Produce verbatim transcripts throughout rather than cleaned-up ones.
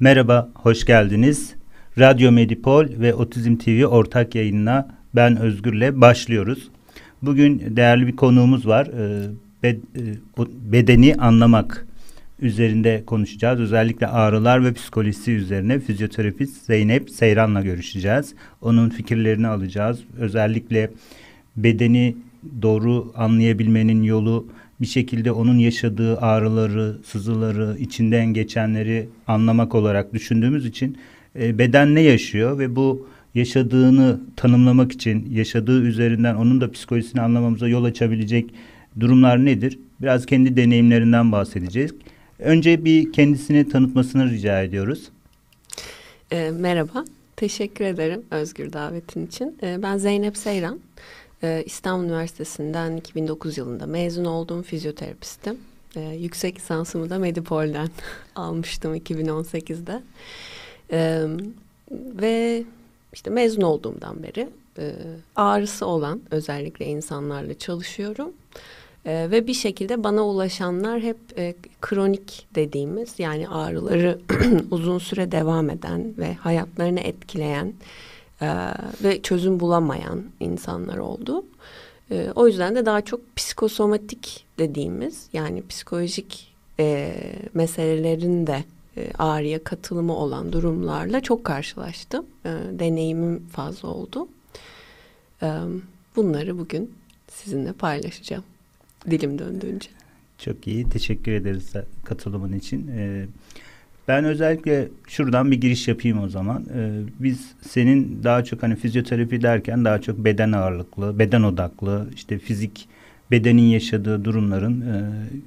Merhaba, hoş geldiniz. Radyo Medipol ve Otizm T V ortak yayınına ben Özgür'le başlıyoruz. Bugün değerli bir konuğumuz var. Ee, bedeni anlamak üzerinde konuşacağız. Özellikle ağrılar ve psikolojisi üzerine fizyoterapist Zeynep Seyran'la görüşeceğiz. Onun fikirlerini alacağız. Özellikle bedeni doğru anlayabilmenin yolu, bir şekilde onun yaşadığı ağrıları, sızıları, içinden geçenleri anlamak olarak düşündüğümüz için e, beden ne yaşıyor ve bu yaşadığını tanımlamak için yaşadığı üzerinden onun da psikolojisini anlamamıza yol açabilecek durumlar nedir? Biraz kendi deneyimlerinden bahsedeceğiz. Önce bir kendisini tanıtmasını rica ediyoruz. E, merhaba, teşekkür ederim Özgür davetin için. E, ben Zeynep Seyran. İstanbul Üniversitesi'nden iki bin dokuz yılında mezun olduğum fizyoterapistim. Ee, yüksek lisansımı da Medipol'den almıştım iki bin on sekizde. Ee, ve işte mezun olduğumdan beri e, ağrısı olan özellikle insanlarla çalışıyorum. Ee, ve bir şekilde bana ulaşanlar hep e, kronik dediğimiz, yani ağrıları uzun süre devam eden ve hayatlarını etkileyen Ee, ve çözüm bulamayan insanlar oldu. Ee, o yüzden de daha çok psikosomatik dediğimiz, yani psikolojik e, meselelerin de e, ağrıya katılımı olan durumlarla çok karşılaştım. E, deneyimim fazla oldu. E, bunları bugün sizinle paylaşacağım dilim döndüğünce. Çok iyi, teşekkür ederiz katılımın için. Ee, Ben özellikle şuradan bir giriş yapayım o zaman. Ee, biz senin daha çok hani fizyoterapi derken daha çok beden ağırlıklı, beden odaklı, işte fizik, bedenin yaşadığı durumların e,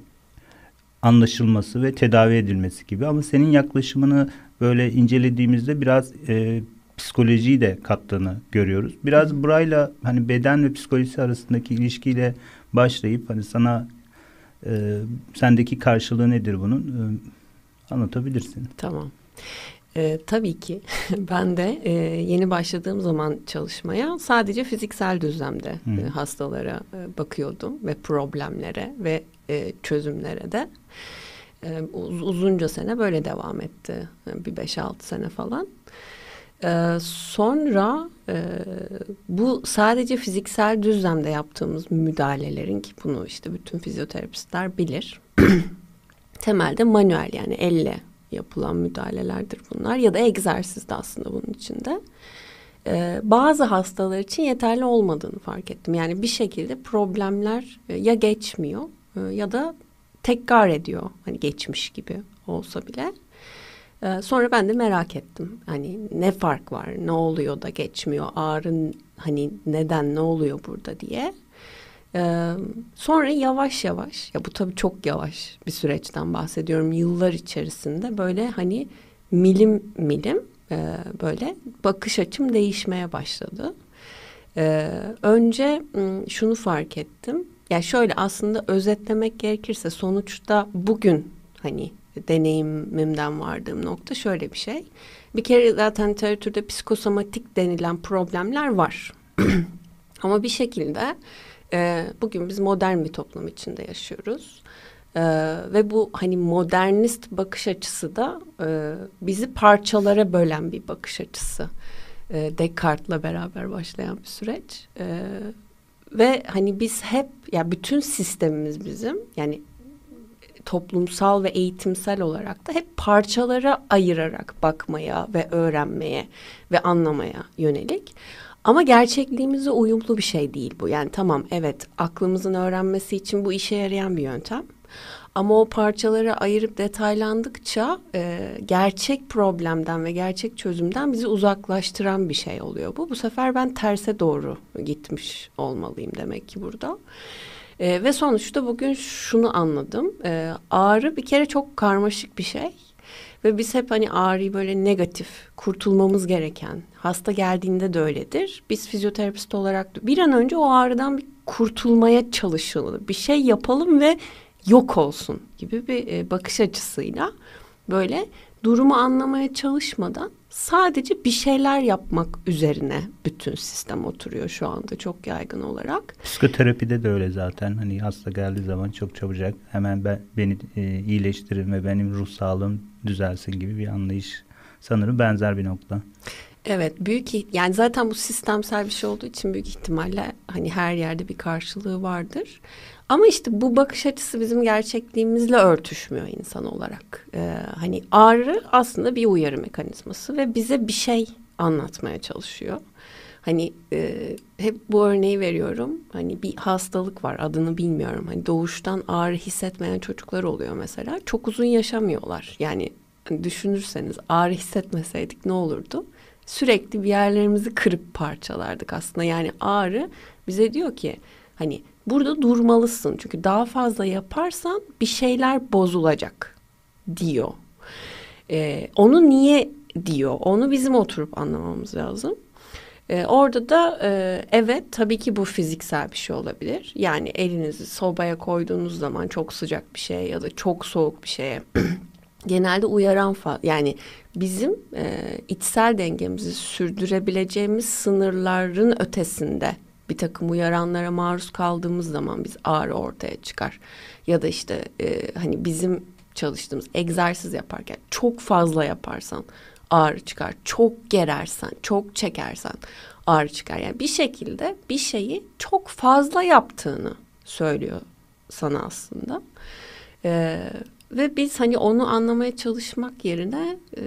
anlaşılması ve tedavi edilmesi gibi. Ama senin yaklaşımını böyle incelediğimizde biraz e, psikolojiyi de kattığını görüyoruz. Biraz burayla hani beden ve psikolojisi arasındaki ilişkiyle başlayıp hani sana e, sendeki karşılığı nedir bunun? E, Anlatabilirsin. Tamam. Ee, tabii ki ben de e, yeni başladığım zaman çalışmaya sadece fiziksel düzlemde e, hastalara e, bakıyordum ve problemlere ve e, çözümlere de. E, uz- uzunca sene böyle devam etti. E, bir beş altı sene falan. E, sonra e, bu sadece fiziksel düzlemde yaptığımız müdahalelerin, ki bunu işte bütün fizyoterapistler bilir. Temelde manuel, yani elle yapılan müdahalelerdir bunlar, ya da egzersiz de aslında bunun içinde. Ee, bazı hastalar için yeterli olmadığını fark ettim. Yani bir şekilde problemler e, ya geçmiyor e, ya da tekrar ediyor. Hani geçmiş gibi olsa bile. Ee, sonra ben de merak ettim. Hani ne fark var, ne oluyor da geçmiyor, ağrın hani neden, ne oluyor burada diye. Ee, sonra yavaş yavaş, ya bu tabii çok yavaş bir süreçten bahsediyorum, yıllar içerisinde böyle hani milim milim e, böyle bakış açım değişmeye başladı. Ee, önce şunu fark ettim. Ya şöyle, aslında özetlemek gerekirse sonuçta bugün hani deneyimimden vardığım nokta şöyle bir şey. Bir kere zaten literatürde psikosomatik denilen problemler var. Ama bir şekilde Ee, bugün biz modern bir toplum içinde yaşıyoruz. Ee, ve bu hani modernist bakış açısı da e, bizi parçalara bölen bir bakış açısı. Ee, Descartes'la beraber başlayan bir süreç. Ee, ve hani biz hep, ya bütün sistemimiz bizim, yani toplumsal ve eğitimsel olarak da hep parçalara ayırarak bakmaya ve öğrenmeye ve anlamaya yönelik. Ama gerçekliğimize uyumlu bir şey değil bu. Yani tamam, evet, aklımızın öğrenmesi için bu işe yarayan bir yöntem. Ama o parçalara ayırıp detaylandıkça e, gerçek problemden ve gerçek çözümden bizi uzaklaştıran bir şey oluyor bu. Bu sefer ben terse doğru gitmiş olmalıyım demek ki burada. E, ve sonuçta bugün şunu anladım. E, ağrı bir kere çok karmaşık bir şey. Ve biz hep hani ağrıyı böyle negatif, kurtulmamız gereken, hasta geldiğinde de öyledir. Biz fizyoterapist olarak bir an önce o ağrıdan bir kurtulmaya çalışalım. Bir şey yapalım ve yok olsun gibi bir e, bakış açısıyla böyle durumu anlamaya çalışmadan sadece bir şeyler yapmak üzerine bütün sistem oturuyor şu anda çok yaygın olarak. Psikoterapide de öyle zaten. Hani hasta geldiği zaman çok çabucak hemen ben, beni e, iyileştirin ve benim ruh sağlığım düzelsin gibi bir anlayış sanırım benzer bir nokta. Evet, büyük yani zaten bu sistemsel bir şey olduğu için büyük ihtimalle hani her yerde bir karşılığı vardır. Ama işte bu bakış açısı bizim gerçekliğimizle örtüşmüyor insan olarak. Ee, hani ağrı aslında bir uyarı mekanizması ve bize bir şey anlatmaya çalışıyor. Hani e, hep bu örneği veriyorum. Hani bir hastalık var, adını bilmiyorum. Hani doğuştan ağrı hissetmeyen çocuklar oluyor mesela. Çok uzun yaşamıyorlar. Yani hani düşünürseniz ağrı hissetmeseydik ne olurdu? Sürekli bir yerlerimizi kırıp parçalardık aslında. Yani ağrı bize diyor ki hani burada durmalısın. Çünkü daha fazla yaparsan bir şeyler bozulacak diyor. Ee, onu niye diyor? Onu bizim oturup anlamamız lazım. Ee, orada da e, evet tabii ki bu fiziksel bir şey olabilir. Yani elinizi sobaya koyduğunuz zaman çok sıcak bir şeye ya da çok soğuk bir şeye genelde uyaran fa yani bizim e, içsel dengemizi sürdürebileceğimiz sınırların ötesinde bir takım uyaranlara maruz kaldığımız zaman biz ağrı ortaya çıkar. Ya da işte e, hani bizim çalıştığımız egzersiz yaparken çok fazla yaparsan ağrı çıkar. Çok gerersen, çok çekersen ağrı çıkar. Yani bir şekilde bir şeyi çok fazla yaptığını söylüyor sana aslında. Ee, ve biz hani onu anlamaya çalışmak yerine e,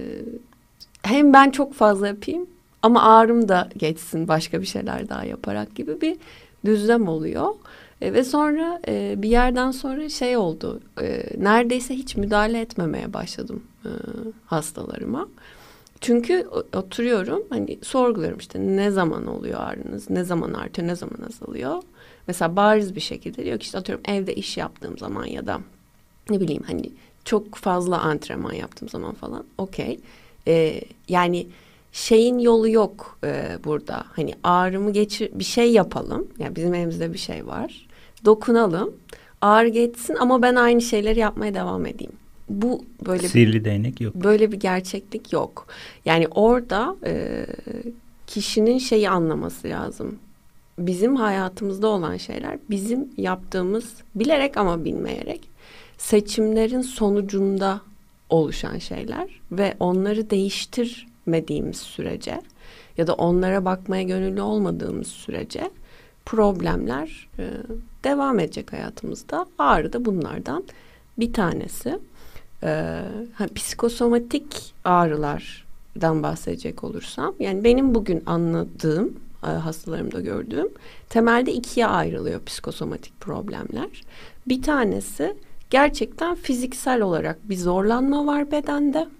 hem ben çok fazla yapayım ama ağrım da geçsin başka bir şeyler daha yaparak gibi bir düzlem oluyor. E, ve sonra e, bir yerden sonra şey oldu. E, neredeyse hiç müdahale etmemeye başladım e, hastalarıma. Çünkü oturuyorum hani sorguluyorum işte ne zaman oluyor ağrınız, ne zaman artıyor, ne zaman azalıyor. Mesela bariz bir şekilde diyor ki işte atıyorum evde iş yaptığım zaman ya da ne bileyim hani çok fazla antrenman yaptığım zaman falan okey. Ee, yani şeyin yolu yok e, burada. Hani ağrımı geçir bir şey yapalım. Yani bizim elimizde bir şey var. Dokunalım. Ağrı geçsin ama ben aynı şeyleri yapmaya devam edeyim. Bu böyle sihirli bir, değnek yok. Böyle bir gerçeklik yok. Yani orada e, kişinin şeyi anlaması lazım. Bizim hayatımızda olan şeyler bizim yaptığımız bilerek ama bilmeyerek seçimlerin sonucunda oluşan şeyler ve onları değiştirmediğimiz sürece ya da onlara bakmaya gönüllü olmadığımız sürece problemler e, devam edecek hayatımızda. Ağrı da bunlardan bir tanesi. Ee, psikosomatik ağrılardan bahsedecek olursam yani benim bugün anladığım hastalarımda gördüğüm temelde ikiye ayrılıyor psikosomatik problemler. Bir tanesi gerçekten fiziksel olarak bir zorlanma var bedende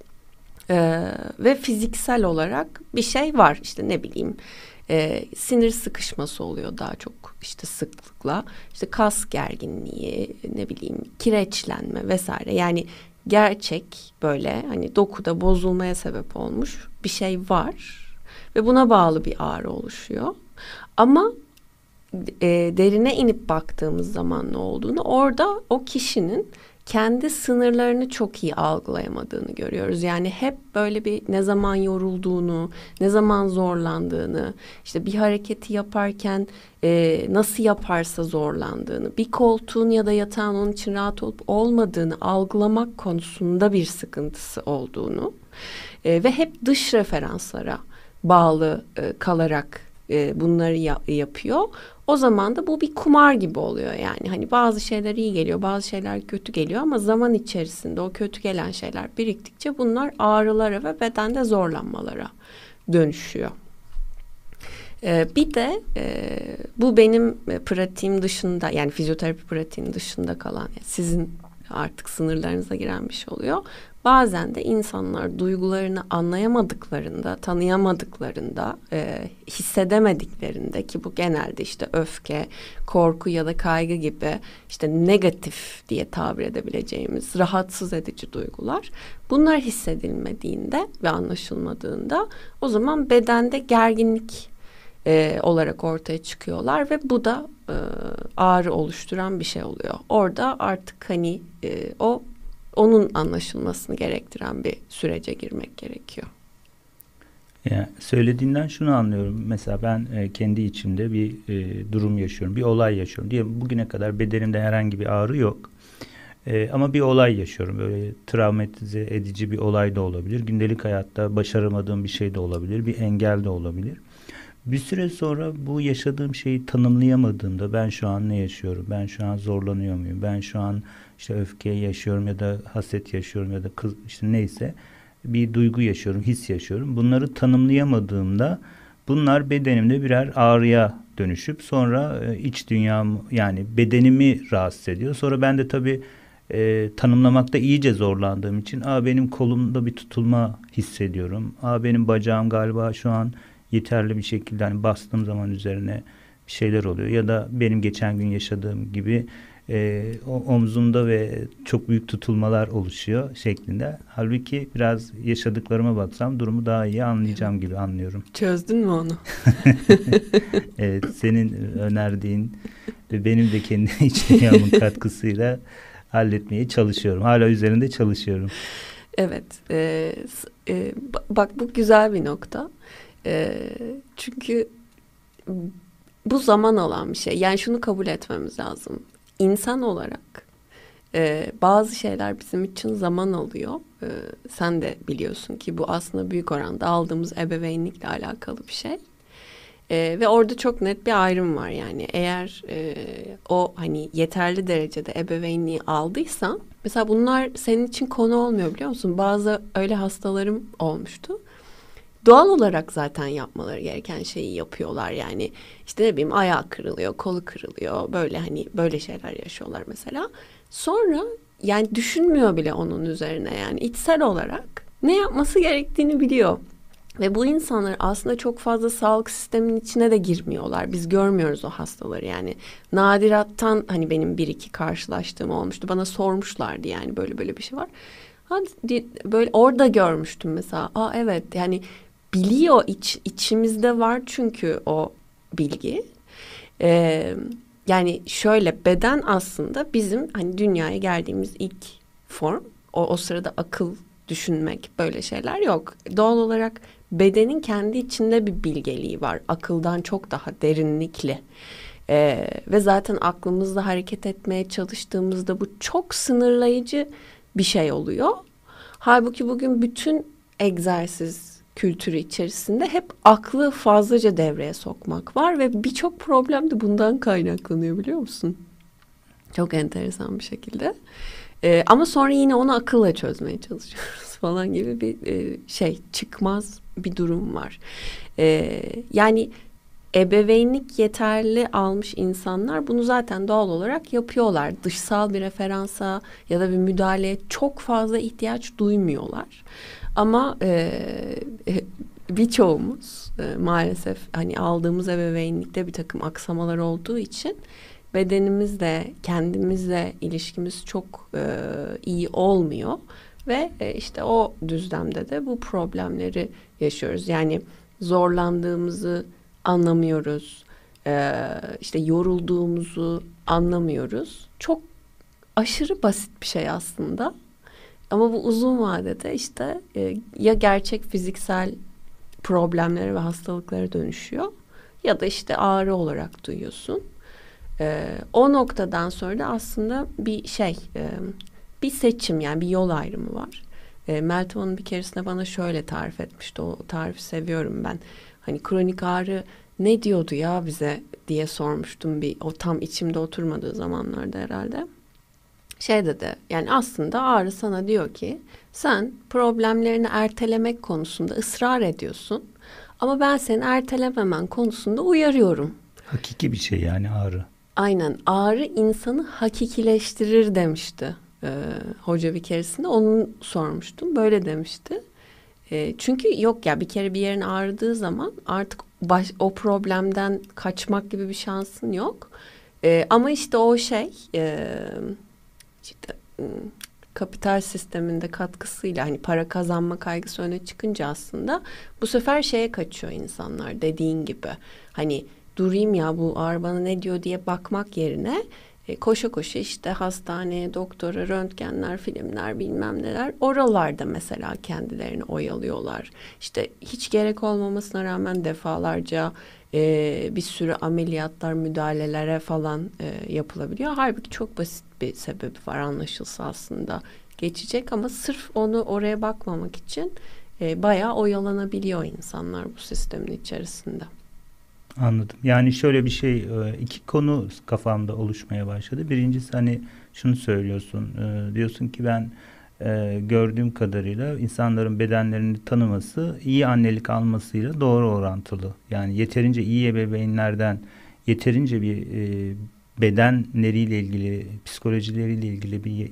ee, ve fiziksel olarak bir şey var işte ne bileyim e, sinir sıkışması oluyor daha çok işte sıklıkla işte kas gerginliği ne bileyim kireçlenme vesaire yani gerçek böyle hani dokuda bozulmaya sebep olmuş bir şey var ve buna bağlı bir ağrı oluşuyor ama e, derine inip baktığımız zaman ne olduğunu orada o kişinin kendi sınırlarını çok iyi algılayamadığını görüyoruz. Yani hep böyle bir ne zaman yorulduğunu, ne zaman zorlandığını, işte bir hareketi yaparken e, nasıl yaparsa zorlandığını, bir koltuğun ya da yatağın onun için rahat olup olmadığını algılamak konusunda bir sıkıntısı olduğunu e, ve hep dış referanslara bağlı e, kalarak e, bunları ya- yapıyor. O zaman da bu bir kumar gibi oluyor yani. Hani bazı şeyler iyi geliyor, bazı şeyler kötü geliyor ama zaman içerisinde o kötü gelen şeyler biriktikçe bunlar ağrılara ve bedende zorlanmalara dönüşüyor. Ee, bir de e, bu benim pratiğim dışında yani fizyoterapi pratiğim dışında kalan yani sizin artık sınırlarınıza giren bir şey oluyor. Bazen de insanlar duygularını anlayamadıklarında, tanıyamadıklarında, e, hissedemediklerinde ki bu genelde işte öfke, korku ya da kaygı gibi işte negatif diye tabir edebileceğimiz rahatsız edici duygular. Bunlar hissedilmediğinde ve anlaşılmadığında o zaman bedende gerginlik e, olarak ortaya çıkıyorlar ve bu da e, ağrı oluşturan bir şey oluyor. Orada artık hani e, o onun anlaşılmasını gerektiren bir sürece girmek gerekiyor. Yani söylediğinden şunu anlıyorum. Mesela ben e, kendi içimde bir e, durum yaşıyorum, bir olay yaşıyorum. Diyelim bugüne kadar bedenimde herhangi bir ağrı yok. E, ama bir olay yaşıyorum. Böyle travmatize edici bir olay da olabilir. Gündelik hayatta başaramadığım bir şey de olabilir. Bir engel de olabilir. Bir süre sonra bu yaşadığım şeyi tanımlayamadığımda ben şu an ne yaşıyorum? Ben şu an zorlanıyor muyum? Ben şu an işte öfke yaşıyorum ya da haset yaşıyorum ya da kız işte neyse bir duygu yaşıyorum, his yaşıyorum. Bunları tanımlayamadığımda bunlar bedenimde birer ağrıya dönüşüp sonra e, iç dünyam yani bedenimi rahatsız ediyor. Sonra ben de tabii e, tanımlamakta iyice zorlandığım için aa benim kolumda bir tutulma hissediyorum. Aa benim bacağım galiba şu an yeterli bir şekilde hani bastığım zaman üzerine bir şeyler oluyor. Ya da benim geçen gün yaşadığım gibi e, omzumda ve çok büyük tutulmalar oluşuyor şeklinde. Halbuki biraz yaşadıklarıma baksam durumu daha iyi anlayacağım gibi anlıyorum. Çözdün mü onu? Evet, senin önerdiğin ve benim de kendi iç dünyamın katkısıyla halletmeye çalışıyorum. Hala üzerinde çalışıyorum. Evet. E, e, bak bu güzel bir nokta. E, çünkü bu zaman alan bir şey. Yani şunu kabul etmemiz lazım. İnsan olarak e, bazı şeyler bizim için zaman alıyor. E, sen de biliyorsun ki bu aslında büyük oranda aldığımız ebeveynlikle alakalı bir şey. E, ve orada çok net bir ayrım var yani. Eğer e, o hani yeterli derecede ebeveynliği aldıysan, mesela bunlar senin için konu olmuyor biliyor musun? Bazı öyle hastalarım olmuştu. Doğal olarak zaten yapmaları gereken şeyi yapıyorlar yani. İşte ne bileyim ayağı kırılıyor, kolu kırılıyor. Böyle hani böyle şeyler yaşıyorlar mesela. Sonra yani düşünmüyor bile onun üzerine yani içsel olarak ne yapması gerektiğini biliyor. Ve bu insanlar aslında çok fazla sağlık sisteminin içine de girmiyorlar. Biz görmüyoruz o hastaları yani. Nadirattan hani benim bir iki karşılaştığım olmuştu. Bana sormuşlardı yani böyle böyle bir şey var. Hadi böyle orada görmüştüm mesela. Aa evet yani biliyor iç, içimizde var çünkü o bilgi. Ee, yani şöyle beden aslında bizim hani dünyaya geldiğimiz ilk form. O, o sırada akıl düşünmek böyle şeyler yok. Doğal olarak bedenin kendi içinde bir bilgeliği var. Akıldan çok daha derinlikli. Ee, ve zaten aklımızla hareket etmeye çalıştığımızda bu çok sınırlayıcı bir şey oluyor. Halbuki bugün bütün egzersiz kültürü içerisinde hep aklı fazlaca devreye sokmak var ve birçok problem de bundan kaynaklanıyor biliyor musun? Çok enteresan bir şekilde. Ee, ama sonra yine onu akılla çözmeye çalışıyoruz falan gibi bir e, şey çıkmaz bir durum var. Ee, yani ebeveynlik yeterli almış insanlar bunu zaten doğal olarak yapıyorlar. Dışsal bir referansa ya da bir müdahaleye çok fazla ihtiyaç duymuyorlar. Ama e, birçoğumuz e, maalesef hani aldığımız ebeveynlikte bir takım aksamalar olduğu için bedenimizle, kendimizle ilişkimiz çok e, iyi olmuyor ve e, işte o düzlemde de bu problemleri yaşıyoruz. Yani zorlandığımızı anlamıyoruz, e, işte yorulduğumuzu anlamıyoruz. Çok aşırı basit bir şey aslında. Ama bu uzun vadede işte e, ya gerçek fiziksel problemlere ve hastalıklara dönüşüyor ya da işte ağrı olarak duyuyorsun. E, o noktadan sonra da aslında bir şey, e, bir seçim yani bir yol ayrımı var. E, Meltem Hanım bir keresinde bana şöyle tarif etmişti. O tarifi seviyorum ben. Hani kronik ağrı ne diyordu ya bize diye sormuştum bir o tam içimde oturmadığı zamanlarda herhalde. Şey dedi yani aslında ağrı sana diyor ki sen problemlerini ertelemek konusunda ısrar ediyorsun ama ben seni ertelememen konusunda uyarıyorum. Hakiki bir şey yani ağrı. Aynen ağrı insanı hakikileştirir demişti ee, hoca bir keresinde onu sormuştum böyle demişti. E, çünkü yok ya bir kere bir yerin ağrıdığı zaman artık baş, o problemden kaçmak gibi bir şansın yok. E, ama işte o şey e, işte kapital sisteminde katkısıyla hani para kazanma kaygısı öne çıkınca aslında bu sefer şeye kaçıyor insanlar dediğin gibi. Hani durayım ya bu ağrı bana ne diyor diye bakmak yerine e, koşa koşa işte hastaneye, doktora, röntgenler, filmler bilmem neler oralarda mesela kendilerini oyalıyorlar. İşte hiç gerek olmamasına rağmen defalarca e, bir sürü ameliyatlar, müdahalelere falan e, yapılabiliyor. Halbuki çok basit bir sebebi var, anlaşılsa aslında geçecek ama sırf onu oraya bakmamak için e, bayağı oyalanabiliyor insanlar bu sistemin içerisinde. Anladım. Yani şöyle bir şey, iki konu kafamda oluşmaya başladı. Birincisi hani şunu söylüyorsun, diyorsun ki ben gördüğüm kadarıyla insanların bedenlerini tanıması iyi annelik almasıyla doğru orantılı. Yani yeterince iyi ebeveynlerden yeterince bir bedenleriyle ilgili, psikolojileriyle ilgili bir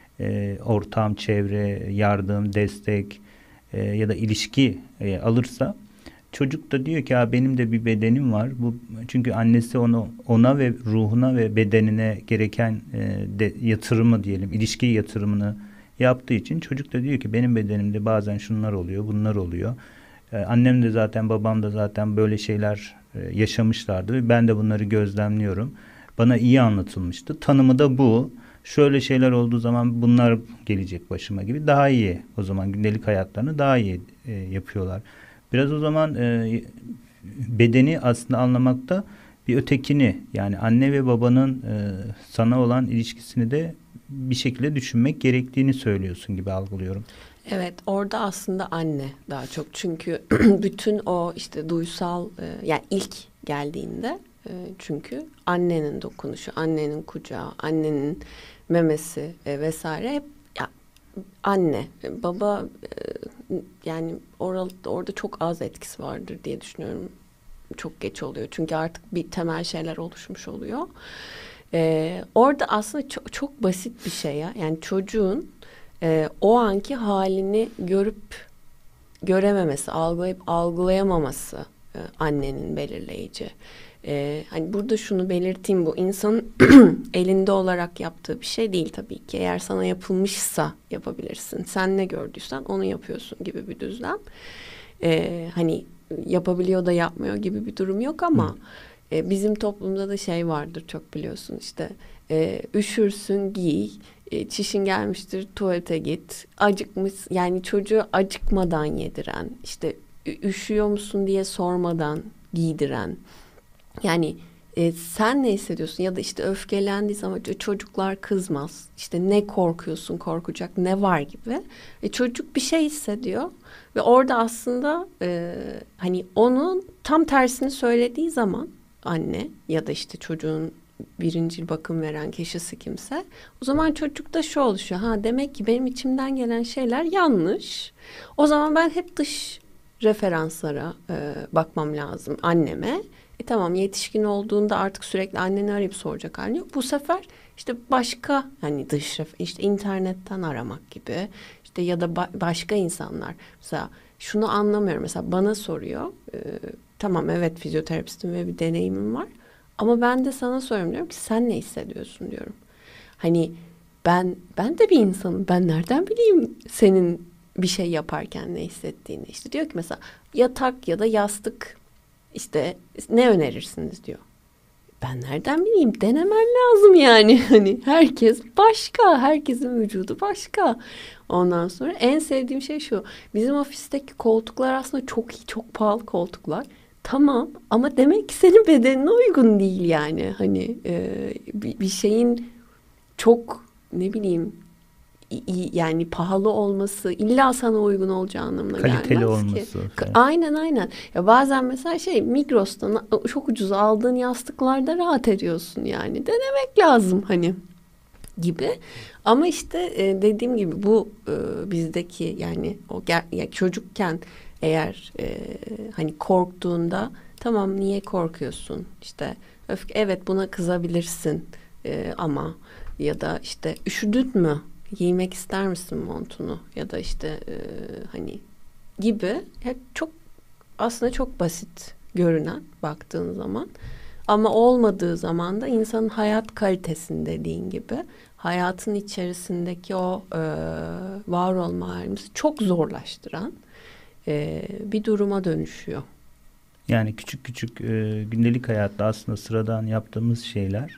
ortam, çevre, yardım, destek ya da ilişki alırsa, çocuk da diyor ki ya benim de bir bedenim var. Bu çünkü annesi onu ona ve ruhuna ve bedenine gereken e, de, yatırımı diyelim, ilişki yatırımını yaptığı için çocuk da diyor ki benim bedenimde bazen şunlar oluyor, bunlar oluyor. E, annem de zaten babam da zaten böyle şeyler e, yaşamışlardı ve ben de bunları gözlemliyorum. Bana iyi anlatılmıştı. Tanımı da bu. Şöyle şeyler olduğu zaman bunlar gelecek başıma gibi daha iyi. O zaman gündelik hayatlarını daha iyi e, yapıyorlar. Biraz o zaman e, bedeni aslında anlamakta bir ötekini, yani anne ve babanın e, sana olan ilişkisini de bir şekilde düşünmek gerektiğini söylüyorsun gibi algılıyorum. Evet, orada aslında anne daha çok, çünkü bütün o işte duysal e, yani ilk geldiğinde e, çünkü annenin dokunuşu, annenin kucağı, annenin memesi e, vesaire hep ya, anne, baba e, yani orada, orada çok az etkisi vardır diye düşünüyorum. Çok geç oluyor çünkü artık bir temel şeyler oluşmuş oluyor. Ee, orada aslında çok, çok basit bir şey ya. Yani çocuğun e, o anki halini görüp görememesi, algılayıp algılayamaması e, annenin belirleyici. E, hani burada şunu belirteyim, bu insanın elinde olarak yaptığı bir şey değil tabii ki. Eğer sana yapılmışsa yapabilirsin. Sen ne gördüysen onu yapıyorsun gibi bir düzlem. E, hani yapabiliyor da yapmıyor gibi bir durum yok ama e, bizim toplumda da şey vardır, çok biliyorsun işte e, üşürsün giy, e, çişin gelmiştir tuvalete git, acıkmış yani çocuğu acıkmadan yediren, işte üşüyor musun diye sormadan giydiren, yani e, sen ne hissediyorsun ya da işte öfkelendiği zaman çocuklar kızmaz, işte ne korkuyorsun, korkacak ne var gibi, e, çocuk bir şey hissediyor ve orada aslında e, hani onun tam tersini söylediği zaman anne ya da işte çocuğun birinci bakım veren kişisi kimse, o zaman çocukta şu oluşuyor, ha demek ki benim içimden gelen şeyler yanlış, o zaman ben hep dış referanslara e, bakmam lazım, anneme. E tamam, yetişkin olduğunda artık sürekli anneni arayıp soracak halin yok. Bu sefer işte başka hani dış işte internetten aramak gibi, işte ya da ba- başka insanlar. Mesela şunu anlamıyorum, mesela bana soruyor. E, tamam evet, fizyoterapistim ve bir deneyimim var. Ama ben de sana soruyorum, diyorum ki sen ne hissediyorsun diyorum. Hani ben ben de bir insanım. Ben nereden bileyim senin bir şey yaparken ne hissettiğini. İşte diyor ki mesela yatak ya da yastık, İşte ne önerirsiniz diyor. Ben nereden bileyim, denemen lazım yani. Hani herkes başka, herkesin vücudu başka. Ondan sonra en sevdiğim şey şu. Bizim ofisteki koltuklar aslında çok iyi, çok pahalı koltuklar. Tamam ama demek ki senin bedenine uygun değil yani. Hani e, bir, bir şeyin çok ne bileyim iyi, yani pahalı olması illa sana uygun olacağı anlamına Kaliteli gelmez olması. ki. Ka- Aynen aynen. Ya bazen mesela şey, Migros'tan çok ucuz aldığın yastıklarda rahat ediyorsun yani. Denemek lazım hani gibi. Ama işte e, dediğim gibi bu e, bizdeki yani o ger- ya çocukken eğer e, hani korktuğunda, tamam niye korkuyorsun? İşte öfke, evet buna kızabilirsin e, ama ya da işte üşüdün mü? Giymek ister misin montunu ya da işte e, hani gibi, hep çok aslında çok basit görünen baktığın zaman, ama olmadığı zaman da insanın hayat kalitesini, dediğin gibi hayatın içerisindeki o e, var olma halimizi çok zorlaştıran e, bir duruma dönüşüyor. Yani küçük küçük e, gündelik hayatta aslında sıradan yaptığımız şeyler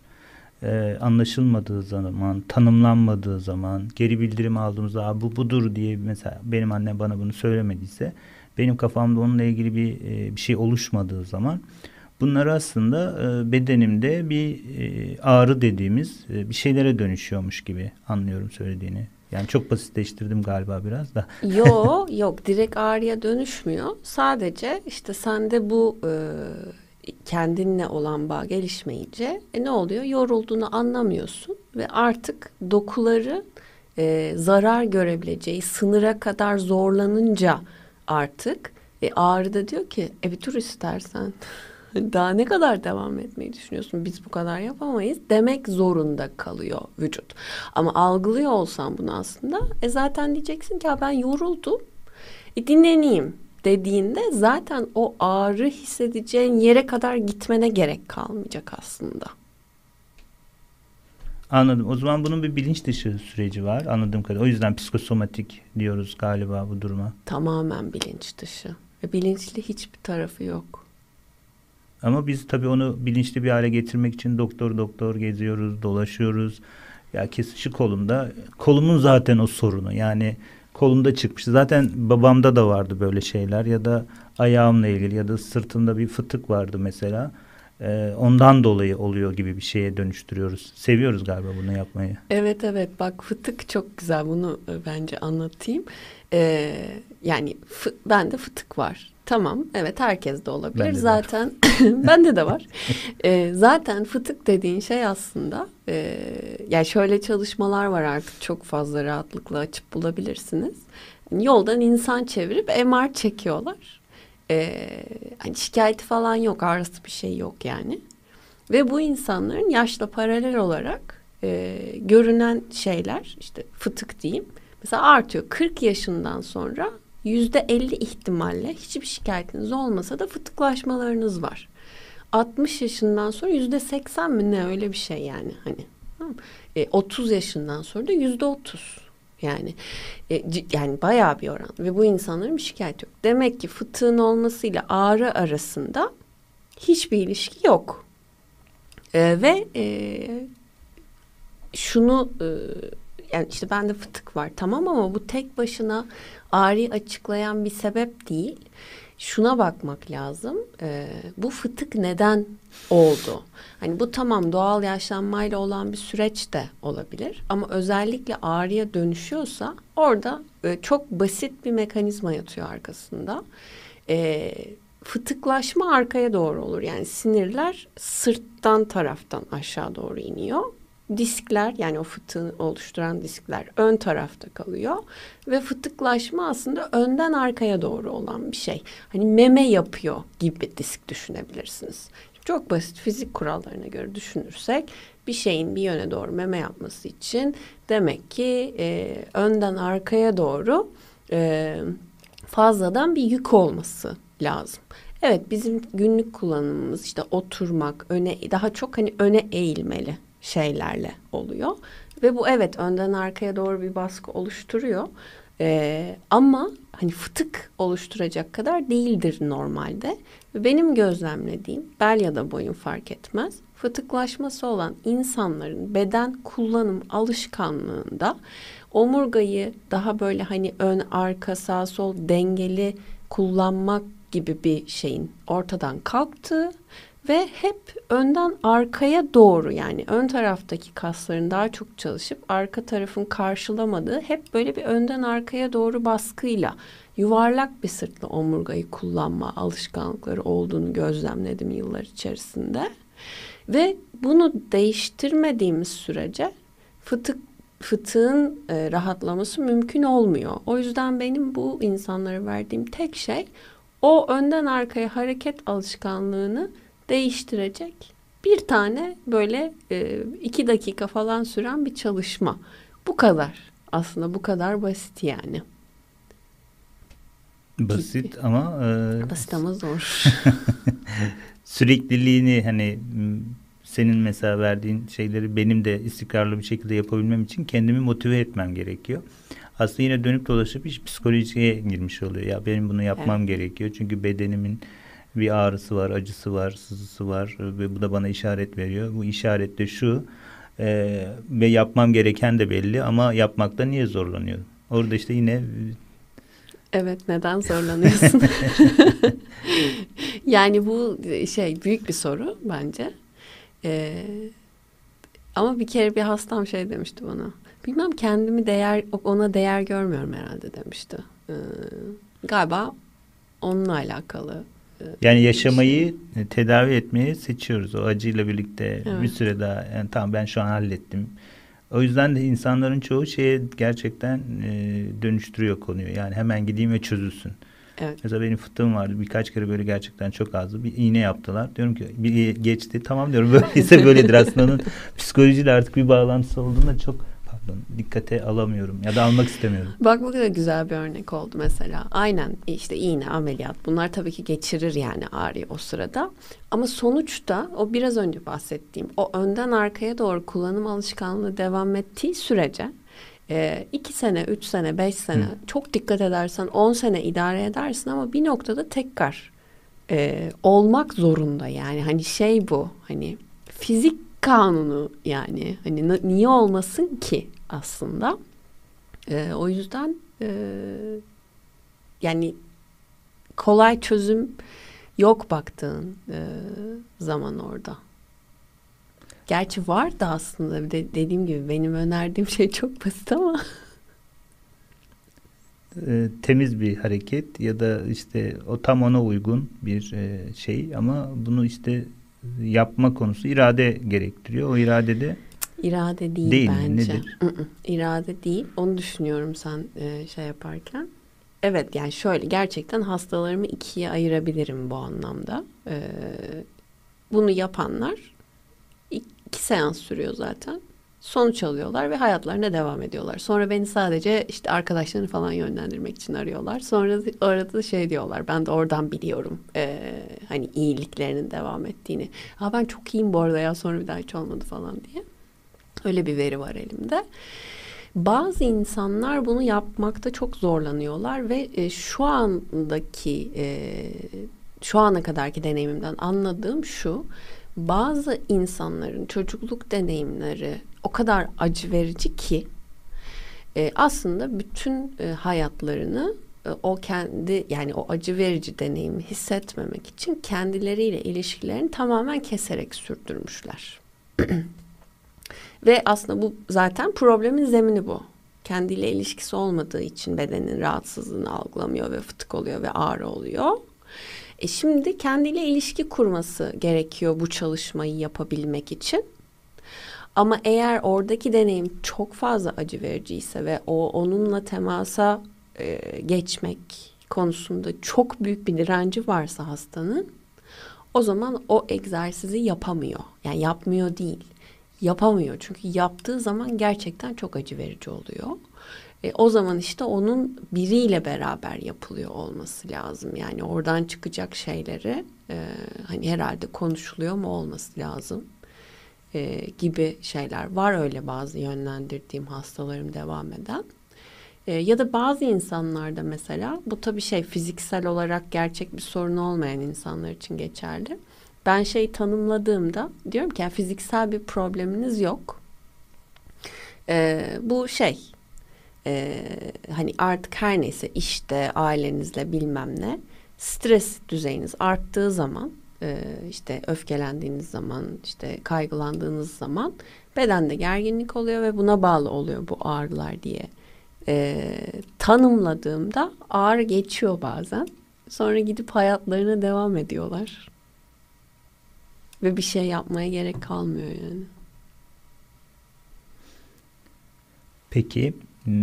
e, anlaşılmadığı zaman, tanımlanmadığı zaman, geri bildirim aldığımızda bu budur diye, mesela benim annem bana bunu söylemediyse, benim kafamda onunla ilgili bir e, bir şey oluşmadığı zaman Bunlar aslında e, bedenimde bir e, ağrı dediğimiz e, bir şeylere dönüşüyormuş gibi anlıyorum söylediğini. Yani çok basitleştirdim galiba biraz da. Yok yok, direkt ağrıya dönüşmüyor. Sadece işte sende bu e, kendinle olan bağ gelişmeyince e, ne oluyor? Yorulduğunu anlamıyorsun ve artık dokuları e, zarar görebileceği sınıra kadar zorlanınca artık e, ağrı da diyor ki e bir dur istersen. Daha ne kadar devam etmeyi düşünüyorsun? Biz bu kadar yapamayız demek zorunda kalıyor vücut. Ama algılıyor olsan bunu aslında e zaten diyeceksin ki ya ben yoruldum. E dinleneyim dediğinde zaten o ağrı hissedeceğin yere kadar gitmene gerek kalmayacak aslında. Anladım. O zaman bunun bir bilinç dışı süreci var anladığım kadarıyla. O yüzden psikosomatik diyoruz galiba bu duruma. Tamamen bilinç dışı. Ve bilinçli hiçbir tarafı yok. Ama biz tabii onu bilinçli bir hale getirmek için doktor doktor geziyoruz, dolaşıyoruz. Ya kesin şu kolumda, kolumun zaten o sorunu. Yani kolumda çıkmış. Zaten babamda da vardı böyle şeyler ya da ayağımla ilgili ya da sırtımda bir fıtık vardı mesela. Ee, ondan dolayı oluyor gibi bir şeye dönüştürüyoruz. Seviyoruz galiba bunu yapmayı. Evet evet, bak fıtık çok güzel, bunu e, bence anlatayım. Ee, yani fı, bende fıtık var. Tamam, evet, herkes de olabilir. Bende de zaten bende de var. Ee, zaten fıtık dediğin şey aslında e, yani şöyle çalışmalar var, artık çok fazla rahatlıkla açıp bulabilirsiniz. Yani yoldan insan çevirip M R çekiyorlar. Ee, hani şikayeti falan yok, ağrısı bir şey yok yani. Ve bu insanların yaşla paralel olarak e, görünen şeyler, işte fıtık diyeyim, mesela artıyor. kırk yaşından sonra yüzde elli ihtimalle hiçbir şikayetiniz olmasa da fıtıklaşmalarınız var. altmış yaşından sonra yüzde seksen mi ne, öyle bir şey yani hani. E, otuz yaşından sonra da yüzde otuz. Yani e, c- yani bayağı bir oran ve bu insanların bir şikayeti yok. Demek ki fıtığın olmasıyla ağrı arasında hiçbir ilişki yok. E, ve e, şunu e, yani işte bende fıtık var tamam, ama bu tek başına ağrıyı açıklayan bir sebep değil. Şuna bakmak lazım. E, bu fıtık neden oldu? Hani bu tamam, doğal yaşlanmayla olan bir süreç de olabilir. Ama özellikle ağrıya dönüşüyorsa orada e, çok basit bir mekanizma yatıyor arkasında. E, fıtıklaşma arkaya doğru olur. Yani sinirler sırttan taraftan aşağı doğru iniyor. Diskler, yani o fıtığı oluşturan diskler ön tarafta kalıyor ve fıtıklaşma aslında önden arkaya doğru olan bir şey. Hani meme yapıyor gibi disk düşünebilirsiniz. Çok basit fizik kurallarına göre düşünürsek bir şeyin bir yöne doğru meme yapması için demek ki e, önden arkaya doğru e, fazladan bir yük olması lazım. Evet, bizim günlük kullanımımız işte oturmak, öne, daha çok hani öne eğilmeli şeylerle oluyor. Ve bu evet önden arkaya doğru bir baskı oluşturuyor. Ee, ama hani fıtık oluşturacak kadar değildir normalde. Ve benim gözlemlediğim, bel ya da boyun fark etmez, fıtıklaşması olan insanların beden kullanım alışkanlığında omurgayı daha böyle hani ön, arka, sağ, sol dengeli kullanmak gibi bir şeyin ortadan kalktığı ve hep önden arkaya doğru, yani ön taraftaki kasların daha çok çalışıp arka tarafın karşılamadığı, hep böyle bir önden arkaya doğru baskıyla yuvarlak bir sırtla omurgayı kullanma alışkanlıkları olduğunu gözlemledim yıllar içerisinde. Ve bunu değiştirmediğimiz sürece fıtık fıtığın e, rahatlaması mümkün olmuyor. O yüzden benim bu insanlara verdiğim tek şey, o önden arkaya hareket alışkanlığını değiştirecek bir tane böyle e, iki dakika falan süren bir çalışma. Bu kadar. Aslında bu kadar basit yani. Basit Gibi. ama e, Basit ama zor. sürekliliğini hani senin mesela verdiğin şeyleri benim de istikrarlı bir şekilde yapabilmem için kendimi motive etmem gerekiyor. Aslında yine dönüp dolaşıp iş psikolojiye girmiş oluyor. Ya benim bunu yapmam evet. gerekiyor. Çünkü bedenimin bir ağrısı var, acısı var, sızısı var ve bu da bana işaret veriyor. Bu işaret de şu e, ve yapmam gereken de belli ama yapmakta niye zorlanıyorum? Orada işte yine evet, neden zorlanıyorsun? Yani bu şey büyük bir soru bence. Ee, ama bir kere bir hastam şey demişti bana. Bilmem kendimi değer ona değer görmüyorum herhalde demişti. Ee, galiba onunla alakalı. Yani yaşamayı şey. tedavi etmeyi seçiyoruz. O acıyla birlikte evet. bir süre daha yani tamam ben şu an hallettim. O yüzden de insanların çoğu şeye gerçekten e, dönüştürüyor konuyu. Yani hemen gideyim ve çözülsün. Evet. Mesela benim fıtığım vardı. Birkaç kere böyle gerçekten çok azdı. Bir iğne yaptılar. Diyorum ki bir geçti. Tamam diyorum. Böyleyse böyledir aslında. Onun psikolojiyle artık bir bağlantısı olduğunda çok pardon dikkate alamıyorum. Ya da almak istemiyorum. Bak bu kadar güzel bir örnek oldu mesela. Aynen işte iğne, ameliyat. Bunlar tabii ki geçirir yani ağrıyı o sırada. Ama sonuçta o biraz önce bahsettiğim o önden arkaya doğru kullanım alışkanlığı devam ettiği sürece e, iki sene, üç sene, beş sene Hı. çok dikkat edersen on sene idare edersin ama bir noktada tekrar e, olmak zorunda yani. Hani şey bu hani fizik kanunu yani hani n- niye olmasın ki aslında. E, o yüzden e, yani kolay çözüm yok baktığın e, zaman orada. Gerçi var da aslında de, dediğim gibi benim önerdiğim şey çok basit ama e, temiz bir hareket ya da işte o tam ona uygun bir e, şey ama bunu işte yapma konusu irade gerektiriyor. O irade de irade değil, değil bence. Mi? Nedir? İrade değil. Onu düşünüyorum sen e, şey yaparken. Evet yani şöyle gerçekten hastalarımı ikiye ayırabilirim bu anlamda. E, bunu yapanlar iki seans sürüyor zaten. Sonuç alıyorlar ve hayatlarına devam ediyorlar. Sonra beni sadece işte arkadaşlarını falan yönlendirmek için arıyorlar. Sonra arada şey diyorlar. Ben de oradan biliyorum. Ee, hani iyiliklerinin devam ettiğini. Ha ben çok iyiyim bu arada ya sonra bir daha hiç olmadı falan diye. Öyle bir veri var elimde. Bazı insanlar bunu yapmakta çok zorlanıyorlar ve e, şu andaki e, şu ana kadarki deneyimimden anladığım şu. Bazı insanların çocukluk deneyimleri o kadar acı verici ki e, aslında bütün e, hayatlarını e, o kendi yani o acı verici deneyimi hissetmemek için kendileriyle ilişkilerini tamamen keserek sürdürmüşler. Ve aslında bu zaten problemin zemini bu. Kendiyle ilişkisi olmadığı için bedenin rahatsızlığını algılamıyor ve fıtık oluyor ve ağrı oluyor. E şimdi kendiyle ilişki kurması gerekiyor bu çalışmayı yapabilmek için. Ama eğer oradaki deneyim çok fazla acı vericiyse ve o onunla temasa e, geçmek konusunda çok büyük bir direnci varsa hastanın, o zaman o egzersizi yapamıyor. Yani yapmıyor değil, yapamıyor. Çünkü yaptığı zaman gerçekten çok acı verici oluyor. E, o zaman işte onun biriyle beraber yapılıyor olması lazım. Yani oradan çıkacak şeyleri e, hani herhalde konuşuluyor mu olması lazım e, gibi şeyler var. Öyle bazı yönlendirdiğim hastalarım devam eden. E, ya da bazı insanlarda mesela bu tabii şey fiziksel olarak gerçek bir sorun olmayan insanlar için geçerli. Ben şey tanımladığımda diyorum ki yani fiziksel bir probleminiz yok. E, bu şey Ee, hani artık her neyse işte ailenizle bilmem ne stres düzeyiniz arttığı zaman e, işte öfkelendiğiniz zaman işte kaygılandığınız zaman bedende gerginlik oluyor ve buna bağlı oluyor bu ağrılar diye e, tanımladığımda ağrı geçiyor bazen sonra gidip hayatlarına devam ediyorlar ve bir şey yapmaya gerek kalmıyor yani. Peki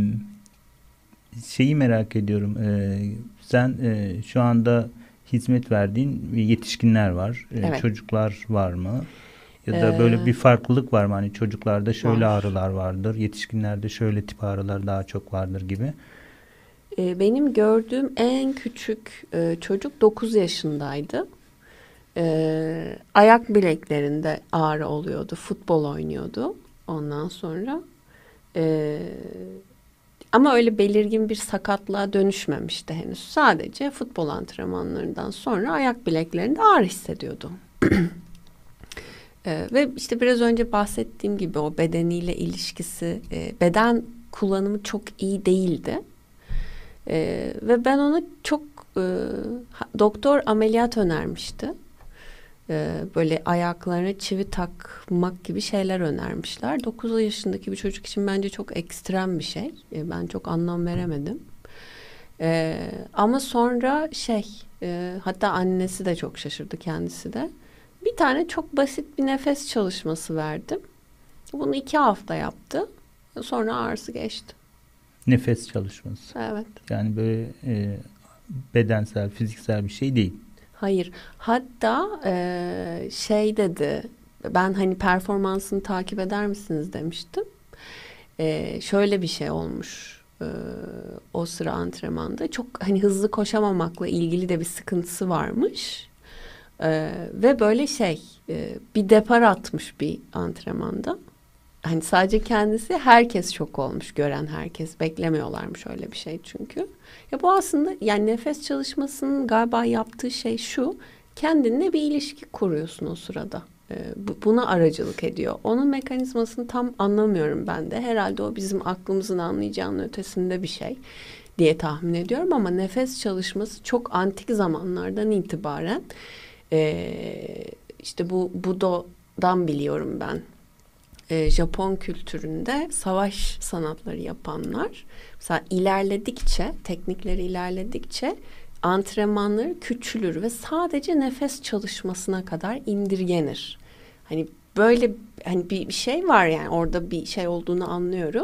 şeyi merak ediyorum. Ee, sen e, şu anda hizmet verdiğin yetişkinler var. Ee, evet. Çocuklar var mı? Ya da Ee, böyle bir farklılık var mı? Hani çocuklarda şöyle var. ağrılar vardır. Yetişkinlerde şöyle tip ağrılar daha çok vardır gibi. Ee, benim gördüğüm en küçük e, çocuk dokuz yaşındaydı. Ee, ayak bileklerinde ağrı oluyordu. Futbol oynuyordu. Ondan sonra e, ama öyle belirgin bir sakatlığa dönüşmemişti henüz. Sadece futbol antrenmanlarından sonra ayak bileklerinde ağrı hissediyordu. ee, ve işte biraz önce bahsettiğim gibi o bedeniyle ilişkisi, e, beden kullanımı çok iyi değildi. E, ve ben ona çok e, doktor ameliyat önermişti. E, böyle ayaklarına çivi takmak gibi şeyler önermişler. dokuz yaşındaki bir çocuk için bence çok ekstrem bir şey. E, ben çok anlam veremedim. E, ama sonra şey e, hatta annesi de çok şaşırdı, kendisi de. Bir tane çok basit bir nefes çalışması verdim. Bunu iki hafta yaptı. Sonra ağrısı geçti. Nefes çalışması. Evet. Yani böyle e, bedensel, fiziksel bir şey değil. Hayır. Hatta e, şey dedi. Ben hani performansını takip eder misiniz demiştim. E, şöyle bir şey olmuş. E, o sıra antrenmanda. Çok hani hızlı koşamamakla ilgili de bir sıkıntısı varmış. E, ve böyle şey e, bir depar atmış bir antrenmanda. Hani sadece kendisi, herkes şok olmuş, gören herkes. Beklemiyorlarmış öyle bir şey çünkü. Ya bu aslında yani nefes çalışmasının galiba yaptığı şey şu. Kendinle bir ilişki kuruyorsun o sırada. Ee, bu, buna aracılık ediyor. Onun mekanizmasını tam anlamıyorum ben de. Herhalde o bizim aklımızın anlayacağının ötesinde bir şey diye tahmin ediyorum. Ama nefes çalışması çok antik zamanlardan itibaren ee, işte bu Budo'dan biliyorum ben. Japon kültüründe savaş sanatları yapanlar mesela ilerledikçe, teknikleri ilerledikçe antrenmanları küçülür ve sadece nefes çalışmasına kadar indirgenir. Hani böyle hani bir, bir şey var, yani orada bir şey olduğunu anlıyorum.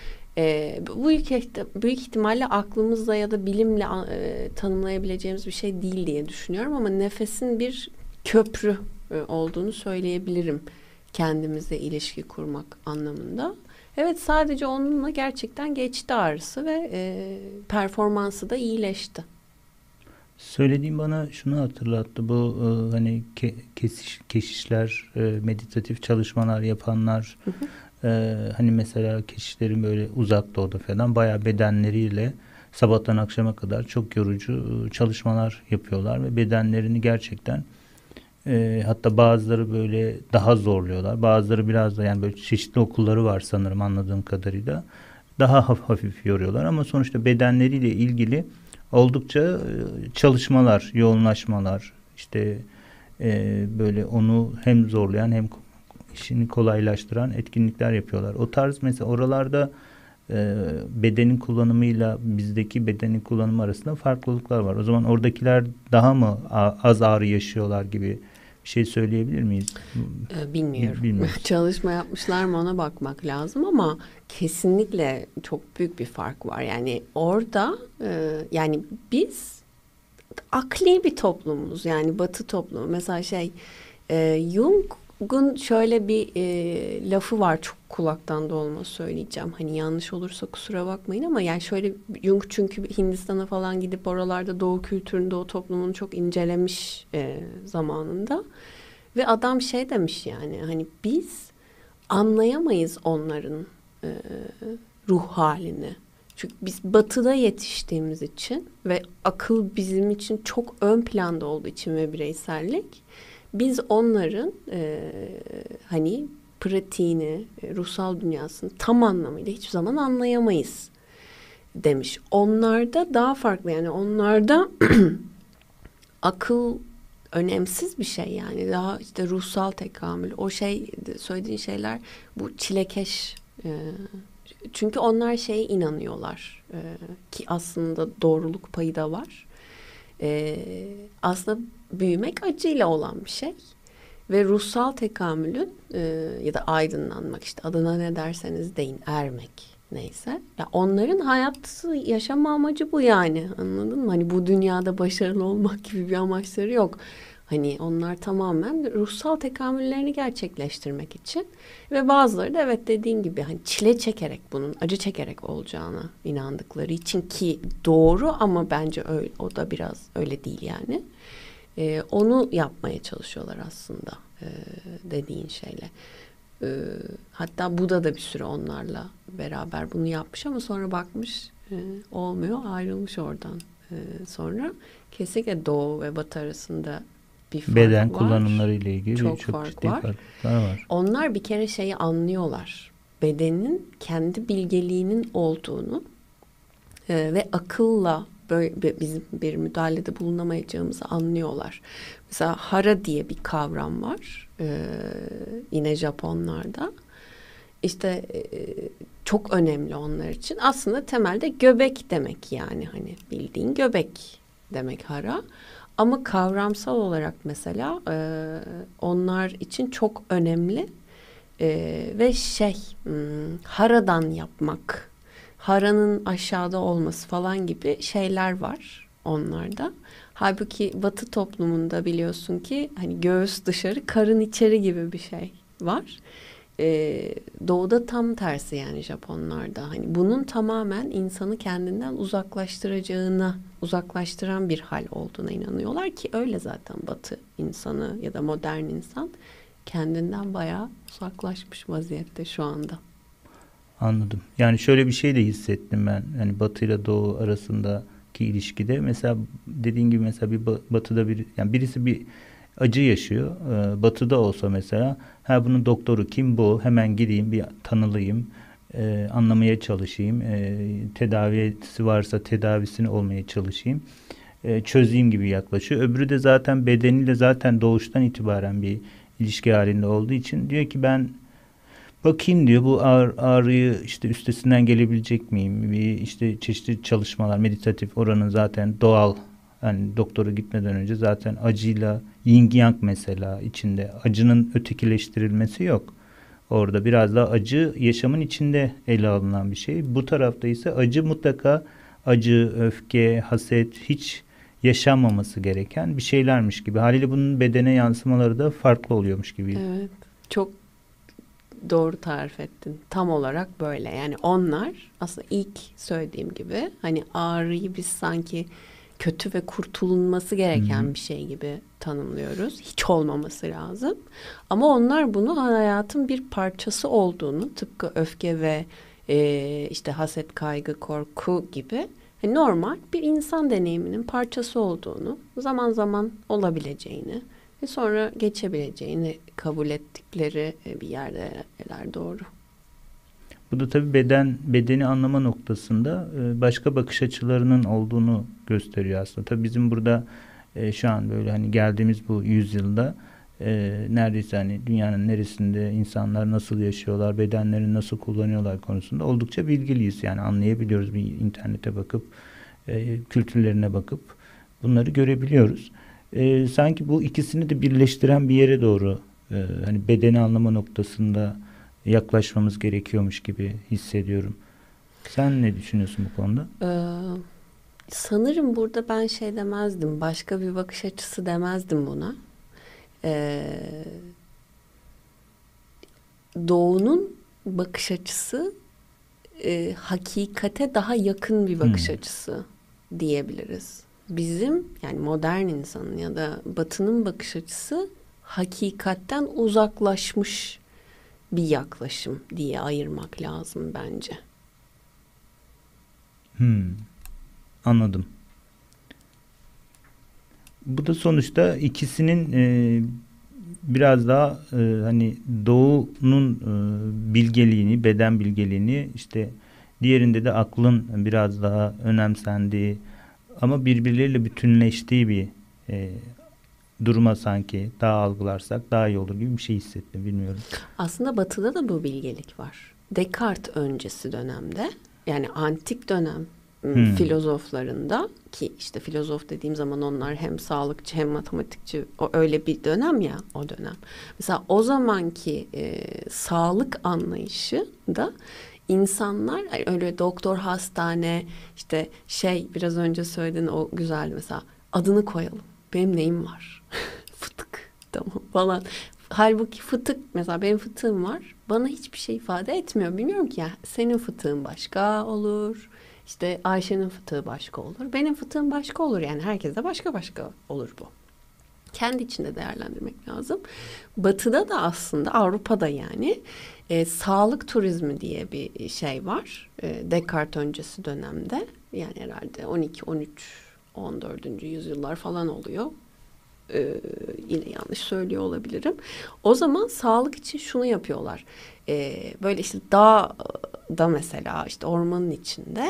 Ee, bu büyük, büyük ihtimalle aklımızla ya da bilimle e, tanımlayabileceğimiz bir şey değil diye düşünüyorum ama nefesin bir köprü e, olduğunu söyleyebilirim. Kendimize ilişki kurmak anlamında. Evet, sadece onunla gerçekten geçti ağrısı ve e, performansı da iyileşti. Söylediğim bana şunu hatırlattı. Bu e, hani ke, kesiş, keşişler, e, meditatif çalışmalar yapanlar, hı hı. E, hani mesela keşişlerin böyle uzak doğuda falan bayağı bedenleriyle sabahtan akşama kadar çok yorucu e, çalışmalar yapıyorlar ve bedenlerini gerçekten E, hatta bazıları böyle daha zorluyorlar. Bazıları biraz da, yani böyle çeşitli okulları var sanırım anladığım kadarıyla. Daha hafif, hafif yoruyorlar ama sonuçta bedenleriyle ilgili oldukça e, çalışmalar, yoğunlaşmalar, işte e, böyle onu hem zorlayan hem işini kolaylaştıran etkinlikler yapıyorlar. O tarz mesela oralarda e, bedenin kullanımıyla bizdeki bedenin kullanımı arasında farklılıklar var. O zaman oradakiler daha mı az ağrı yaşıyorlar gibi bir şey söyleyebilir miyiz? Bilmiyorum. Bilmiyorum. Çalışma yapmışlar mı ona bakmak lazım ama kesinlikle çok büyük bir fark var. Yani orada e, yani biz akli bir toplumuz, yani Batı toplumu. Mesela şey e, Jung'un şöyle bir e, lafı var, çok kulaktan dolma söyleyeceğim. Hani yanlış olursa kusura bakmayın ama yani şöyle, Jung çünkü Hindistan'a falan gidip oralarda Doğu kültürünü, Doğu toplumunu çok incelemiş e, zamanında. Ve adam şey demiş, yani hani biz anlayamayız onların e, ruh halini. Çünkü biz batıda yetiştiğimiz için ve akıl bizim için çok ön planda olduğu için ve bireysellik, biz onların e, hani pratiğini, e, ruhsal dünyasını tam anlamıyla hiçbir zaman anlayamayız demiş. Onlarda daha farklı, yani onlarda akıl önemsiz bir şey, yani daha işte ruhsal tekamül, o şey söylediğin şeyler, bu çilekeş e, çünkü onlar şeye inanıyorlar e, ki aslında doğruluk payı da var. E, aslında büyümek acıyla olan bir şey ve ruhsal tekamülün e, ya da aydınlanmak, işte adına ne derseniz deyin, ermek neyse. Ya onların hayatı, yaşama amacı bu, yani anladın mı? Hani bu dünyada başarılı olmak gibi bir amaçları yok. Hani onlar tamamen ruhsal tekamüllerini gerçekleştirmek için ve bazıları da evet dediğin gibi hani çile çekerek, bunun acı çekerek olacağına inandıkları için, ki doğru ama bence öyle, o da biraz öyle değil yani. Ee, onu yapmaya çalışıyorlar aslında e, dediğin şeyle. Ee, hatta Buda da bir süre onlarla beraber bunu yapmış ama sonra bakmış e, olmuyor, ayrılmış oradan. E, sonra kesinlikle Doğu ve Batı arasında bir fark beden var. kullanımları ile ilgili çok, çok fark ciddi var. farklar var. Onlar bir kere şeyi anlıyorlar. Bedenin kendi bilgeliğinin olduğunu e, ve akılla böyle bizim bir müdahalede bulunamayacağımızı anlıyorlar. Mesela hara diye bir kavram var e, yine Japonlarda. İşte e, çok önemli onlar için. Aslında temelde göbek demek, yani hani bildiğin göbek demek hara. Ama kavramsal olarak mesela e, onlar için çok önemli e, ve şey hmm, haradan yapmak, haranın aşağıda olması falan gibi şeyler var onlarda. Halbuki Batı toplumunda biliyorsun ki hani göğüs dışarı, karın içeri gibi bir şey var. Ee, doğuda tam tersi, yani Japonlarda. Hani bunun tamamen insanı kendinden uzaklaştıracağına, uzaklaştıran bir hal olduğuna inanıyorlar ki öyle zaten Batı insanı ya da modern insan kendinden bayağı uzaklaşmış vaziyette şu anda. Anladım. Yani şöyle bir şey de hissettim ben. Yani Batı ile Doğu arasındaki ilişkide. Mesela dediğin gibi mesela bir Batı'da bir, yani birisi bir acı yaşıyor. Ee, batı'da olsa mesela, ha bunun doktoru kim bu? Hemen gideyim bir tanılayım. E, anlamaya çalışayım. E, tedavisi varsa tedavisini olmaya çalışayım. E, çözeyim gibi yaklaşıyor. Öbürü de zaten bedeniyle zaten doğuştan itibaren bir ilişki halinde olduğu için diyor ki ben bakayım diyor, bu ağır, ağrıyı işte üstesinden gelebilecek miyim? Bir işte çeşitli çalışmalar, meditatif, oranın zaten doğal, yani doktora gitmeden önce zaten acıyla yin yang mesela içinde, acının ötekileştirilmesi yok. Orada biraz daha acı yaşamın içinde ele alınan bir şey. Bu tarafta ise acı mutlaka acı, öfke, haset hiç yaşanmaması gereken bir şeylermiş gibi. Haliyle bunun bedene yansımaları da farklı oluyormuş gibi. Evet. Çok doğru tarif ettin. Tam olarak böyle. Yani onlar aslında ilk söylediğim gibi hani ağrıyı biz sanki kötü ve kurtulunması gereken Hı-hı. bir şey gibi tanımlıyoruz. Hiç olmaması lazım. Ama onlar bunu hayatın bir parçası olduğunu, tıpkı öfke ve e, işte haset, kaygı, korku gibi yani normal bir insan deneyiminin parçası olduğunu, zaman zaman olabileceğini ve sonra geçebileceğini kabul ettikleri bir yerdeler, doğru. Bu da tabii beden bedeni anlama noktasında başka bakış açılarının olduğunu gösteriyor aslında. Tabii bizim burada şu an böyle hani geldiğimiz bu yüzyılda neredeyse hani dünyanın neresinde insanlar nasıl yaşıyorlar, bedenlerini nasıl kullanıyorlar konusunda oldukça bilgiliyiz. Yani anlayabiliyoruz, bir internete bakıp kültürlerine bakıp bunları görebiliyoruz. Sanki bu ikisini de birleştiren bir yere doğru hani bedeni anlama noktasında yaklaşmamız gerekiyormuş gibi hissediyorum. Sen ne düşünüyorsun bu konuda? Ee, sanırım burada ben şey demezdim. Başka bir bakış açısı demezdim buna. Ee, Doğu'nun bakış açısı e, hakikate daha yakın bir bakış hmm. açısı diyebiliriz. Bizim yani modern insanın ya da Batı'nın bakış açısı hakikatten uzaklaşmış bir yaklaşım diye ayırmak lazım bence. Hmm, anladım. Bu da sonuçta ikisinin e, biraz daha e, hani doğunun e, bilgeliğini, beden bilgeliğini, işte diğerinde de aklın biraz daha önemsendiği ama birbirleriyle bütünleştiği bir e, duruma sanki daha algılarsak daha iyi olur gibi bir şey hissettim, bilmiyorum. Aslında Batı'da da bu bilgelik var. Descartes öncesi dönemde, yani antik dönem hmm. filozoflarında, ki işte filozof dediğim zaman onlar hem sağlıkçı hem matematikçi, o öyle bir dönem ya o dönem. Mesela o zamanki e, sağlık anlayışı da insanlar öyle doktor, hastane, işte şey biraz önce söylediğin o güzel, mesela adını koyalım. Benim neyim var? Fıtık. Tamam falan. Halbuki fıtık, mesela benim fıtığım var. Bana hiçbir şey ifade etmiyor. Bilmiyorum ki ya, senin fıtığın başka olur. İşte Ayşe'nin fıtığı başka olur. Benim fıtığım başka olur. Yani herkese başka başka olur bu. Kendi içinde değerlendirmek lazım. Batı'da da aslında, Avrupa'da yani e, sağlık turizmi diye bir şey var. E, Descartes öncesi dönemde. Yani herhalde on iki, on üç, on dördüncü yüzyıllar falan oluyor. Ee, yine yanlış söylüyor olabilirim. O zaman sağlık için şunu yapıyorlar. Ee, böyle işte dağda mesela, işte ormanın içinde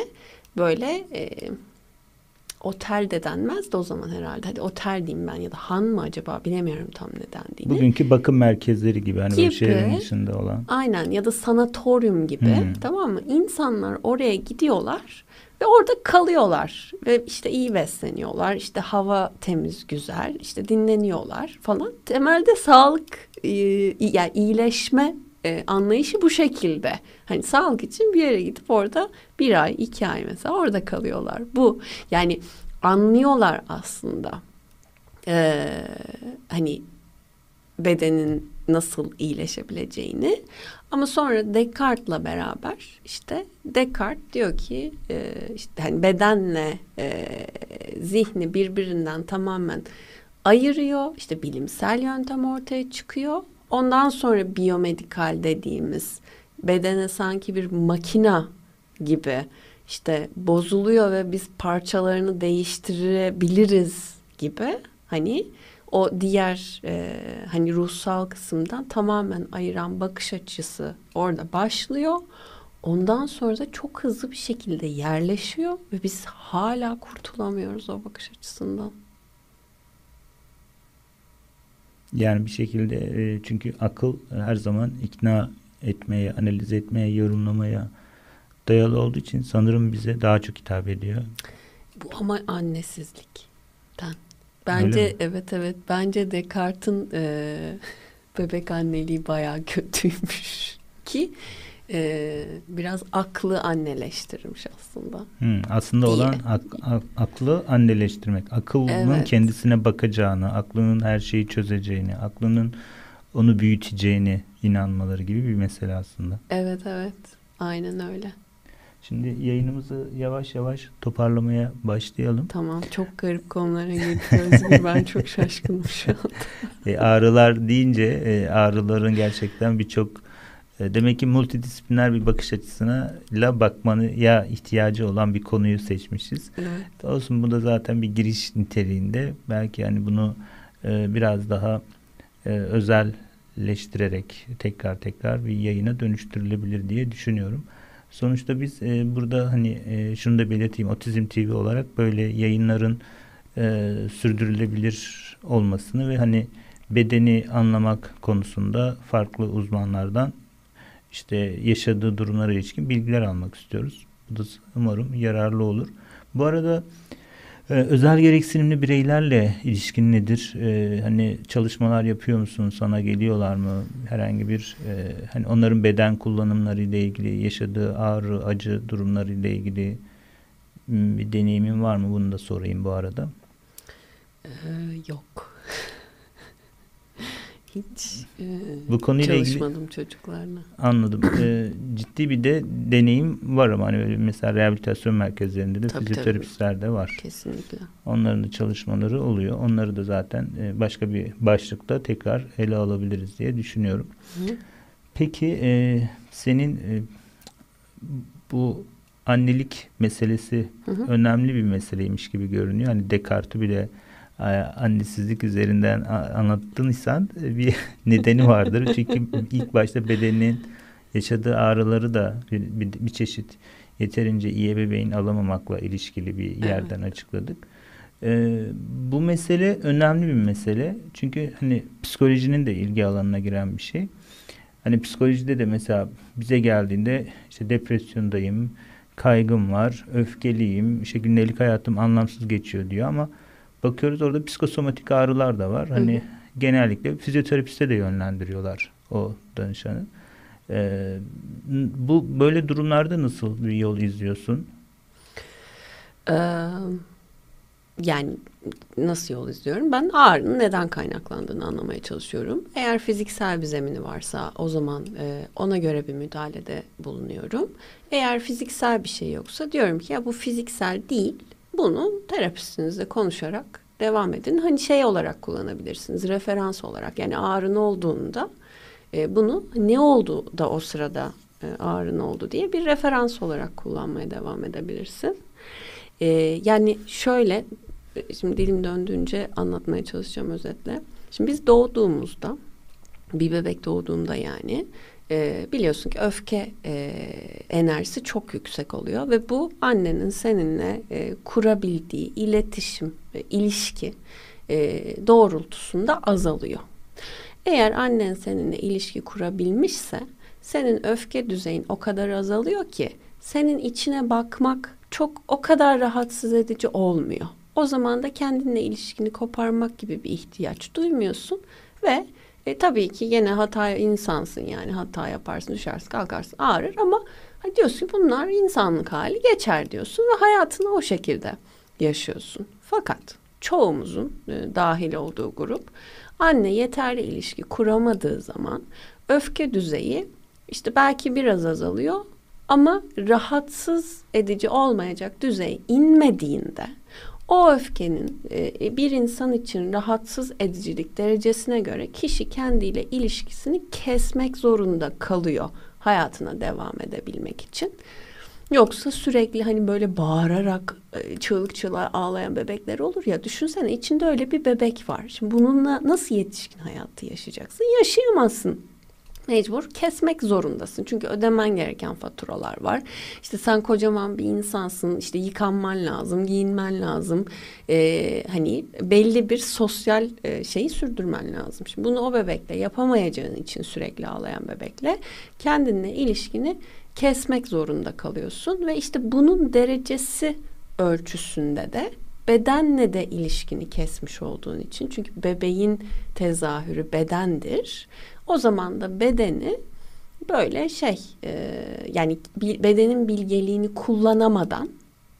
böyle e, otel de denmez de o zaman herhalde. Hadi otel diyeyim ben, ya da han mı acaba, bilemiyorum tam ne dendiğini. Bugünkü bakım merkezleri gibi, hani gibi, böyle şehrin dışında olan. Aynen, ya da sanatoryum gibi, hmm. tamam mı? İnsanlar oraya gidiyorlar ve orada kalıyorlar ve işte iyi besleniyorlar, işte hava temiz, güzel, işte dinleniyorlar falan. Temelde sağlık e, yani iyileşme e, anlayışı bu şekilde. Hani sağlık için bir yere gidip orada bir ay, iki ay mesela orada kalıyorlar. Bu yani anlıyorlar aslında. Ee, hani bedenin nasıl iyileşebileceğini. Ama sonra Descartes'la beraber işte Descartes diyor ki e, işte hani bedenle e, zihni birbirinden tamamen ayırıyor. İşte bilimsel yöntem ortaya çıkıyor. Ondan sonra biyomedikal dediğimiz, bedene sanki bir makina gibi işte bozuluyor ve biz parçalarını değiştirebiliriz gibi, hani o diğer e, hani ruhsal kısımdan tamamen ayıran bakış açısı orada başlıyor. Ondan sonra da çok hızlı bir şekilde yerleşiyor ve biz hala kurtulamıyoruz o bakış açısından. Yani bir şekilde e, çünkü akıl her zaman ikna etmeye, analiz etmeye, yorumlamaya dayalı olduğu için sanırım bize daha çok hitap ediyor. Bu ama annesizlikten. Bence evet evet bence Descartes'in e, bebek anneliği bayağı kötüymüş ki e, biraz aklı anneleştirmiş aslında. Hmm, aslında diye. olan ak, ak, aklı anneleştirmek. Akılın Evet. kendisine bakacağını, aklının her şeyi çözeceğini, aklının onu büyüteceğini inanmaları gibi bir mesele aslında. Evet evet aynen öyle. Şimdi yayınımızı yavaş yavaş toparlamaya başlayalım. Tamam, çok garip konulara gidiyoruz. Ben çok şaşkınım şu anda. E, ağrılar deyince e, ağrıların gerçekten birçok e, demek ki multidisipliner bir bakış açısına la bakmaya ihtiyacı olan bir konuyu seçmişiz. Evet. Olsun, bu da zaten bir giriş niteliğinde. Belki yani bunu e, biraz daha e, özelleştirerek tekrar tekrar bir yayına dönüştürülebilir diye düşünüyorum. Sonuçta biz e, burada hani e, şunu da belirteyim, Otizm T V olarak böyle yayınların e, sürdürülebilir olmasını ve hani bedeni anlamak konusunda farklı uzmanlardan işte yaşadığı durumlara ilişkin bilgiler almak istiyoruz. Bu da umarım yararlı olur. Bu arada e, özel gereksinimli bireylerle ilişkin nedir? E, hani çalışmalar yapıyor musun? Sana geliyorlar mı? Herhangi bir e, hani onların beden kullanımları ile ilgili, yaşadığı ağrı, acı durumları ile ilgili bir deneyimin var mı? Bunu da sorayım bu arada. Ee, yok. Hiç e, Bu konuyla çalışmadım ilgili, çocuklarla. anladım. e, ciddi bir de deneyim var ama hani böyle mesela rehabilitasyon merkezlerinde de Tabii, fizyoterapistler tabii. de var. Kesinlikle. Onların da çalışmaları oluyor. Onları da zaten e, başka bir başlıkta tekrar ele alabiliriz diye düşünüyorum. Hı. Peki e, senin e, bu annelik meselesi Hı hı. önemli bir meseleymiş gibi görünüyor. Hani Descartes'i bile e, annesizlik üzerinden a, anlattıysan e, bir nedeni vardır. Çünkü ilk başta bedenin yaşadığı ağrıları da bir, bir, bir çeşit yeterince iyi ebeveyn alamamakla ilişkili bir yerden evet. açıkladık. Ee, bu mesele önemli bir mesele. Çünkü hani psikolojinin de ilgi alanına giren bir şey. Hani psikolojide de mesela bize geldiğinde işte depresyondayım, kaygım var, öfkeliyim, işte gündelik hayatım anlamsız geçiyor diyor ama bakıyoruz orada psikosomatik ağrılar da var. Hani hı hı. genellikle fizyoterapiste de yönlendiriyorlar o danışanı. Ee, bu böyle durumlarda nasıl bir yol izliyorsun? Ee, yani nasıl yol izliyorum? Ben ağrının neden kaynaklandığını anlamaya çalışıyorum. Eğer fiziksel bir zemini varsa o zaman e, ona göre bir müdahalede bulunuyorum. Eğer fiziksel bir şey yoksa diyorum ki ya bu fiziksel değil. Bunu terapistinizle konuşarak devam edin. Hani şey olarak kullanabilirsiniz, referans olarak. Yani ağrın olduğunda e, bunu ne oldu da o sırada e, ağrın oldu diye bir referans olarak kullanmaya devam edebilirsin. E, yani şöyle, şimdi dilim döndüğünce anlatmaya çalışacağım özetle. Şimdi biz doğduğumuzda, bir bebek doğduğunda yani e, biliyorsun ki öfke e, enerjisi çok yüksek oluyor ve bu annenin seninle e, kurabildiği iletişim, e, ilişki e, doğrultusunda azalıyor. Eğer annen seninle ilişki kurabilmişse senin öfke düzeyin o kadar azalıyor ki senin içine bakmak çok o kadar rahatsız edici olmuyor. O zaman da kendinle ilişkini koparmak gibi bir ihtiyaç duymuyorsun ve e, tabii ki yine hata insansın, yani hata yaparsın, düşersin, kalkarsın, ağrır ama hani diyorsun ki bunlar insanlık hali, geçer diyorsun ve hayatını o şekilde yaşıyorsun. Fakat çoğumuzun e, dahil olduğu grup anne yeterli ilişki kuramadığı zaman öfke düzeyi işte belki biraz azalıyor ama rahatsız edici olmayacak düzeye inmediğinde o öfkenin e, bir insan için rahatsız edicilik derecesine göre kişi kendiyle ilişkisini kesmek zorunda kalıyor hayatına devam edebilmek için. Yoksa sürekli hani böyle bağırarak e, çığlık çığlığa ağlayan bebekler olur ya, düşünsene içinde öyle bir bebek var. Şimdi bununla nasıl yetişkin hayatı yaşayacaksın? Yaşayamazsın. Mecbur kesmek zorundasın. Çünkü ödemen gereken faturalar var. İşte sen kocaman bir insansın. İşte yıkanman lazım, giyinmen lazım. Ee, hani belli bir sosyal e, şeyi sürdürmen lazım. Şimdi bunu o bebekle yapamayacağın için sürekli ağlayan bebekle kendinle ilişkini kesmek zorunda kalıyorsun. Ve işte bunun derecesi ölçüsünde de bedenle de ilişkini kesmiş olduğun için, çünkü bebeğin tezahürü bedendir. O zaman da bedeni böyle şey e, yani bedenin bilgeliğini kullanamadan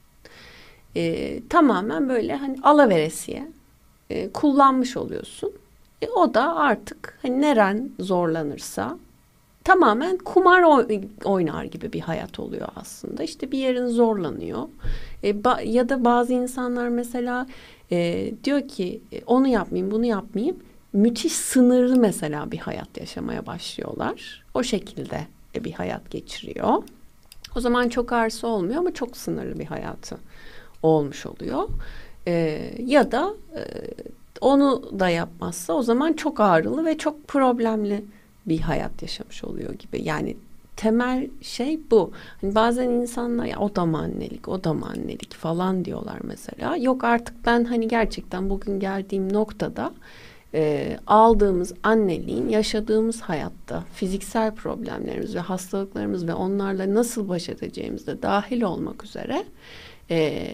e, tamamen böyle hani alaveresiye e, kullanmış oluyorsun. E, o da artık hani neren zorlanırsa tamamen kumar oynar gibi bir hayat oluyor aslında. İşte bir yerin zorlanıyor. E, ba- ya da bazı insanlar mesela e, diyor ki onu yapmayayım, bunu yapmayayım. Müthiş sınırlı mesela bir hayat yaşamaya başlıyorlar. O şekilde bir hayat geçiriyor. O zaman çok ağrısı olmuyor ama çok sınırlı bir hayatı olmuş oluyor. Ee, ya da e, onu da yapmazsa o zaman çok ağrılı ve çok problemli bir hayat yaşamış oluyor gibi. Yani temel şey bu. Hani bazen insanlar ya o da mı annelik, o da mı annelik falan diyorlar mesela. Yok artık ben hani gerçekten bugün geldiğim noktada E, aldığımız anneliğin yaşadığımız hayatta fiziksel problemlerimiz ve hastalıklarımız ve onlarla nasıl baş edeceğimiz de dahil olmak üzere e,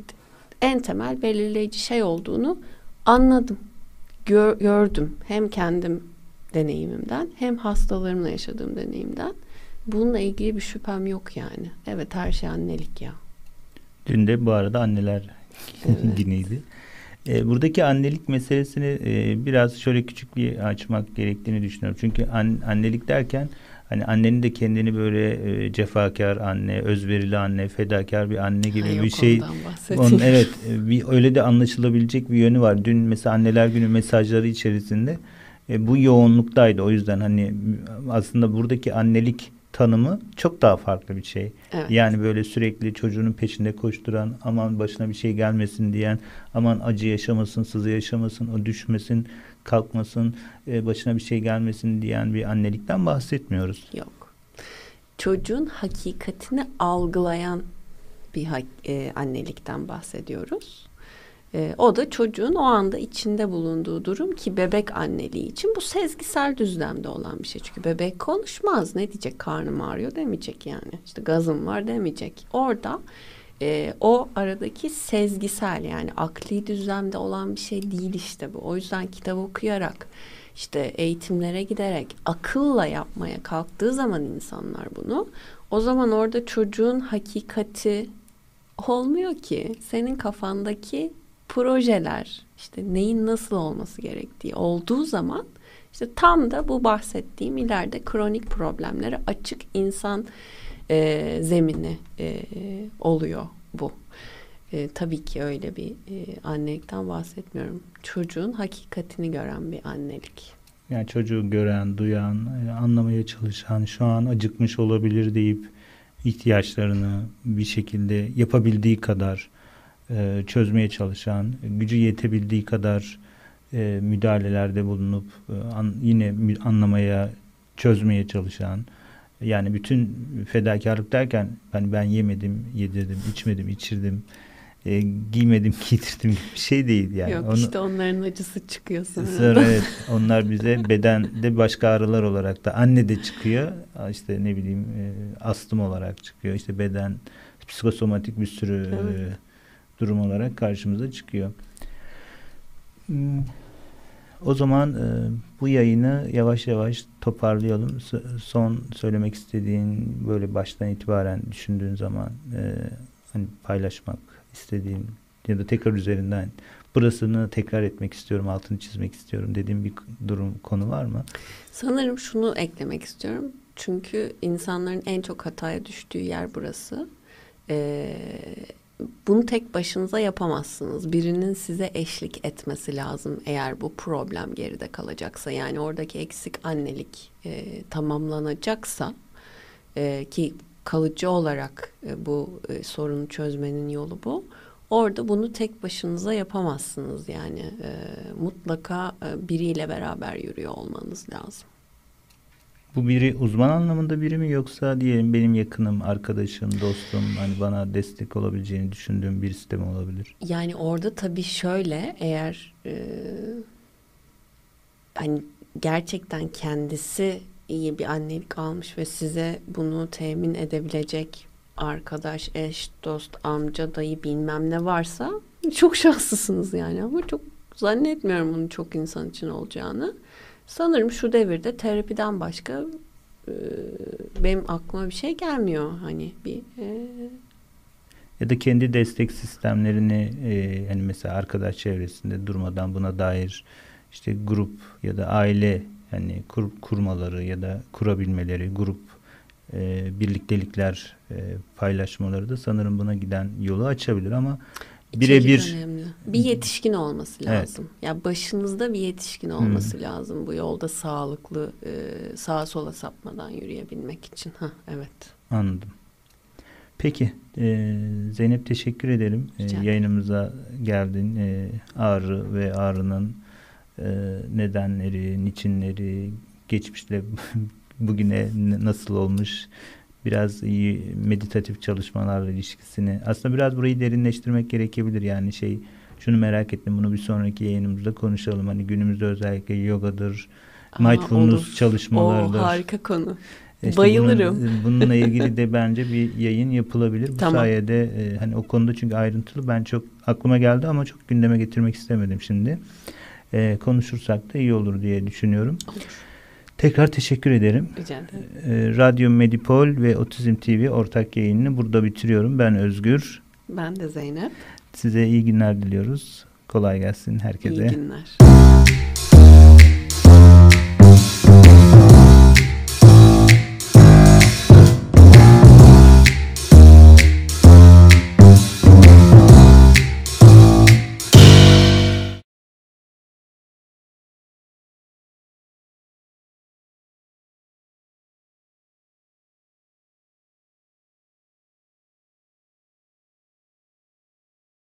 en temel belirleyici şey olduğunu anladım, gör, gördüm. Hem kendim deneyimimden hem hastalarımla yaşadığım deneyimden. Bununla ilgili bir şüphem yok yani. Evet, her şey annelik ya. Dün de bu arada anneler evet. günüydü. E, buradaki annelik meselesini e, biraz şöyle küçük bir açmak gerektiğini düşünüyorum. Çünkü an, annelik derken hani annenin de kendini böyle e, cefakar anne, özverili anne, fedakar bir anne gibi ha, bir şey. Onun, evet, bir öyle de anlaşılabilecek bir yönü var. Dün mesela Anneler Günü mesajları içerisinde e, bu yoğunluktaydı. O yüzden hani aslında buradaki annelik tanımı çok daha farklı bir şey. Evet. Yani böyle sürekli çocuğunun peşinde koşturan, aman başına bir şey gelmesin diyen, aman acı yaşamasın, sızı yaşamasın, o düşmesin, kalkmasın, başına bir şey gelmesin diyen bir annelikten bahsetmiyoruz. Yok. Çocuğun hakikatini algılayan bir e, annelikten bahsediyoruz. E, o da çocuğun o anda içinde bulunduğu durum, ki bebek anneliği için bu sezgisel düzlemde olan bir şey. Çünkü bebek konuşmaz. Ne diyecek? Karnım ağrıyor demeyecek yani. İşte gazım var demeyecek. Orada e, o aradaki sezgisel, yani akli düzlemde olan bir şey değil işte bu. O yüzden kitap okuyarak, işte eğitimlere giderek, akılla yapmaya kalktığı zaman insanlar bunu, o zaman orada çocuğun hakikati olmuyor ki. Senin kafandaki projeler, işte neyin nasıl olması gerektiği olduğu zaman işte tam da bu bahsettiğim ileride kronik problemlere açık insan e, zemini e, oluyor bu. E, tabii ki öyle bir e, annelikten bahsetmiyorum. Çocuğun hakikatini gören bir annelik. Yani çocuğu gören, duyan, anlamaya çalışan, şu an acıkmış olabilir deyip ihtiyaçlarını bir şekilde yapabildiği kadar e, çözmeye çalışan, gücü yetebildiği kadar e, müdahalelerde bulunup e, an, yine anlamaya çözmeye çalışan, yani bütün fedakarlık derken hani ben yemedim, yedirdim, içmedim, içirdim, e, giymedim, giydirdim gibi bir şey değil yani. Yok Onu, işte onların acısı çıkıyor sonra. sonra evet, onlar bize bedende başka ağrılar olarak da, anne de çıkıyor, işte ne bileyim e, astım olarak çıkıyor, işte beden psikosomatik bir sürü evet. e, durum olarak karşımıza çıkıyor. Hmm. O zaman e, bu yayını yavaş yavaş toparlayalım. S- son söylemek istediğin, böyle baştan itibaren düşündüğün zaman e, hani paylaşmak istediğin ya da tekrar üzerinden burasını tekrar etmek istiyorum, altını çizmek istiyorum dediğim bir durum, konu var mı? Sanırım şunu eklemek istiyorum. Çünkü insanların en çok hataya düştüğü yer burası. Ee, bunu tek başınıza yapamazsınız. Birinin size eşlik etmesi lazım eğer bu problem geride kalacaksa. Yani oradaki eksik annelik e, tamamlanacaksa e, ki kalıcı olarak e, bu e, sorunu çözmenin yolu bu. Orada bunu tek başınıza yapamazsınız. Yani e, mutlaka e, biriyle beraber yürüyor olmanız lazım. Bu biri uzman anlamında biri mi, yoksa diyelim benim yakınım, arkadaşım, dostum, hani bana destek olabileceğini düşündüğüm birisi de mi olabilir? Yani orada tabii şöyle, eğer e, hani gerçekten kendisi iyi bir annelik almış ve size bunu temin edebilecek arkadaş, eş, dost, amca, dayı bilmem ne varsa çok şanslısınız yani. Ama çok zannetmiyorum bunun çok insan için olacağını. Sanırım şu devirde terapiden başka e, benim aklıma bir şey gelmiyor. Hani bir e... ya da kendi destek sistemlerini e, hani mesela arkadaş çevresinde durmadan buna dair işte grup ya da aile hani kur, kurmaları ya da kurabilmeleri, grup e, birliktelikler e, paylaşmaları da sanırım buna giden yolu açabilir ama birebir önemli. Bir yetişkin olması lazım. Evet. Ya başınızda bir yetişkin olması hmm. lazım bu yolda sağlıklı e, sağa sola sapmadan yürüyebilmek için. Ha evet. Anladım. Peki e, Zeynep, teşekkür ederim. E, yayınımıza geldin. E, ağrı ve ağrının e, nedenleri, niçinleri, geçmişte bugüne nasıl olmuş, biraz iyi meditatif çalışmalarla ilişkisini, aslında biraz burayı derinleştirmek gerekebilir. Yani şey, şunu merak ettim, bunu bir sonraki yayınımızda konuşalım. Hani günümüzde özellikle yogadır, Aa, mindfulness olur. çalışmalarıdır. O harika konu. İşte bayılırım. Bunun, bununla ilgili de bence bir yayın yapılabilir. Bu tamam. sayede e, hani o konuda, çünkü ayrıntılı, ben çok aklıma geldi ama çok gündeme getirmek istemedim şimdi. E, konuşursak da iyi olur diye düşünüyorum. Olur. Tekrar teşekkür ederim. Rica ederim. E, Radyo Medipol ve Otizm T V ortak yayınını burada bitiriyorum. Ben Özgür. Ben de Zeynep. Size iyi günler diliyoruz. Kolay gelsin herkese. İyi günler.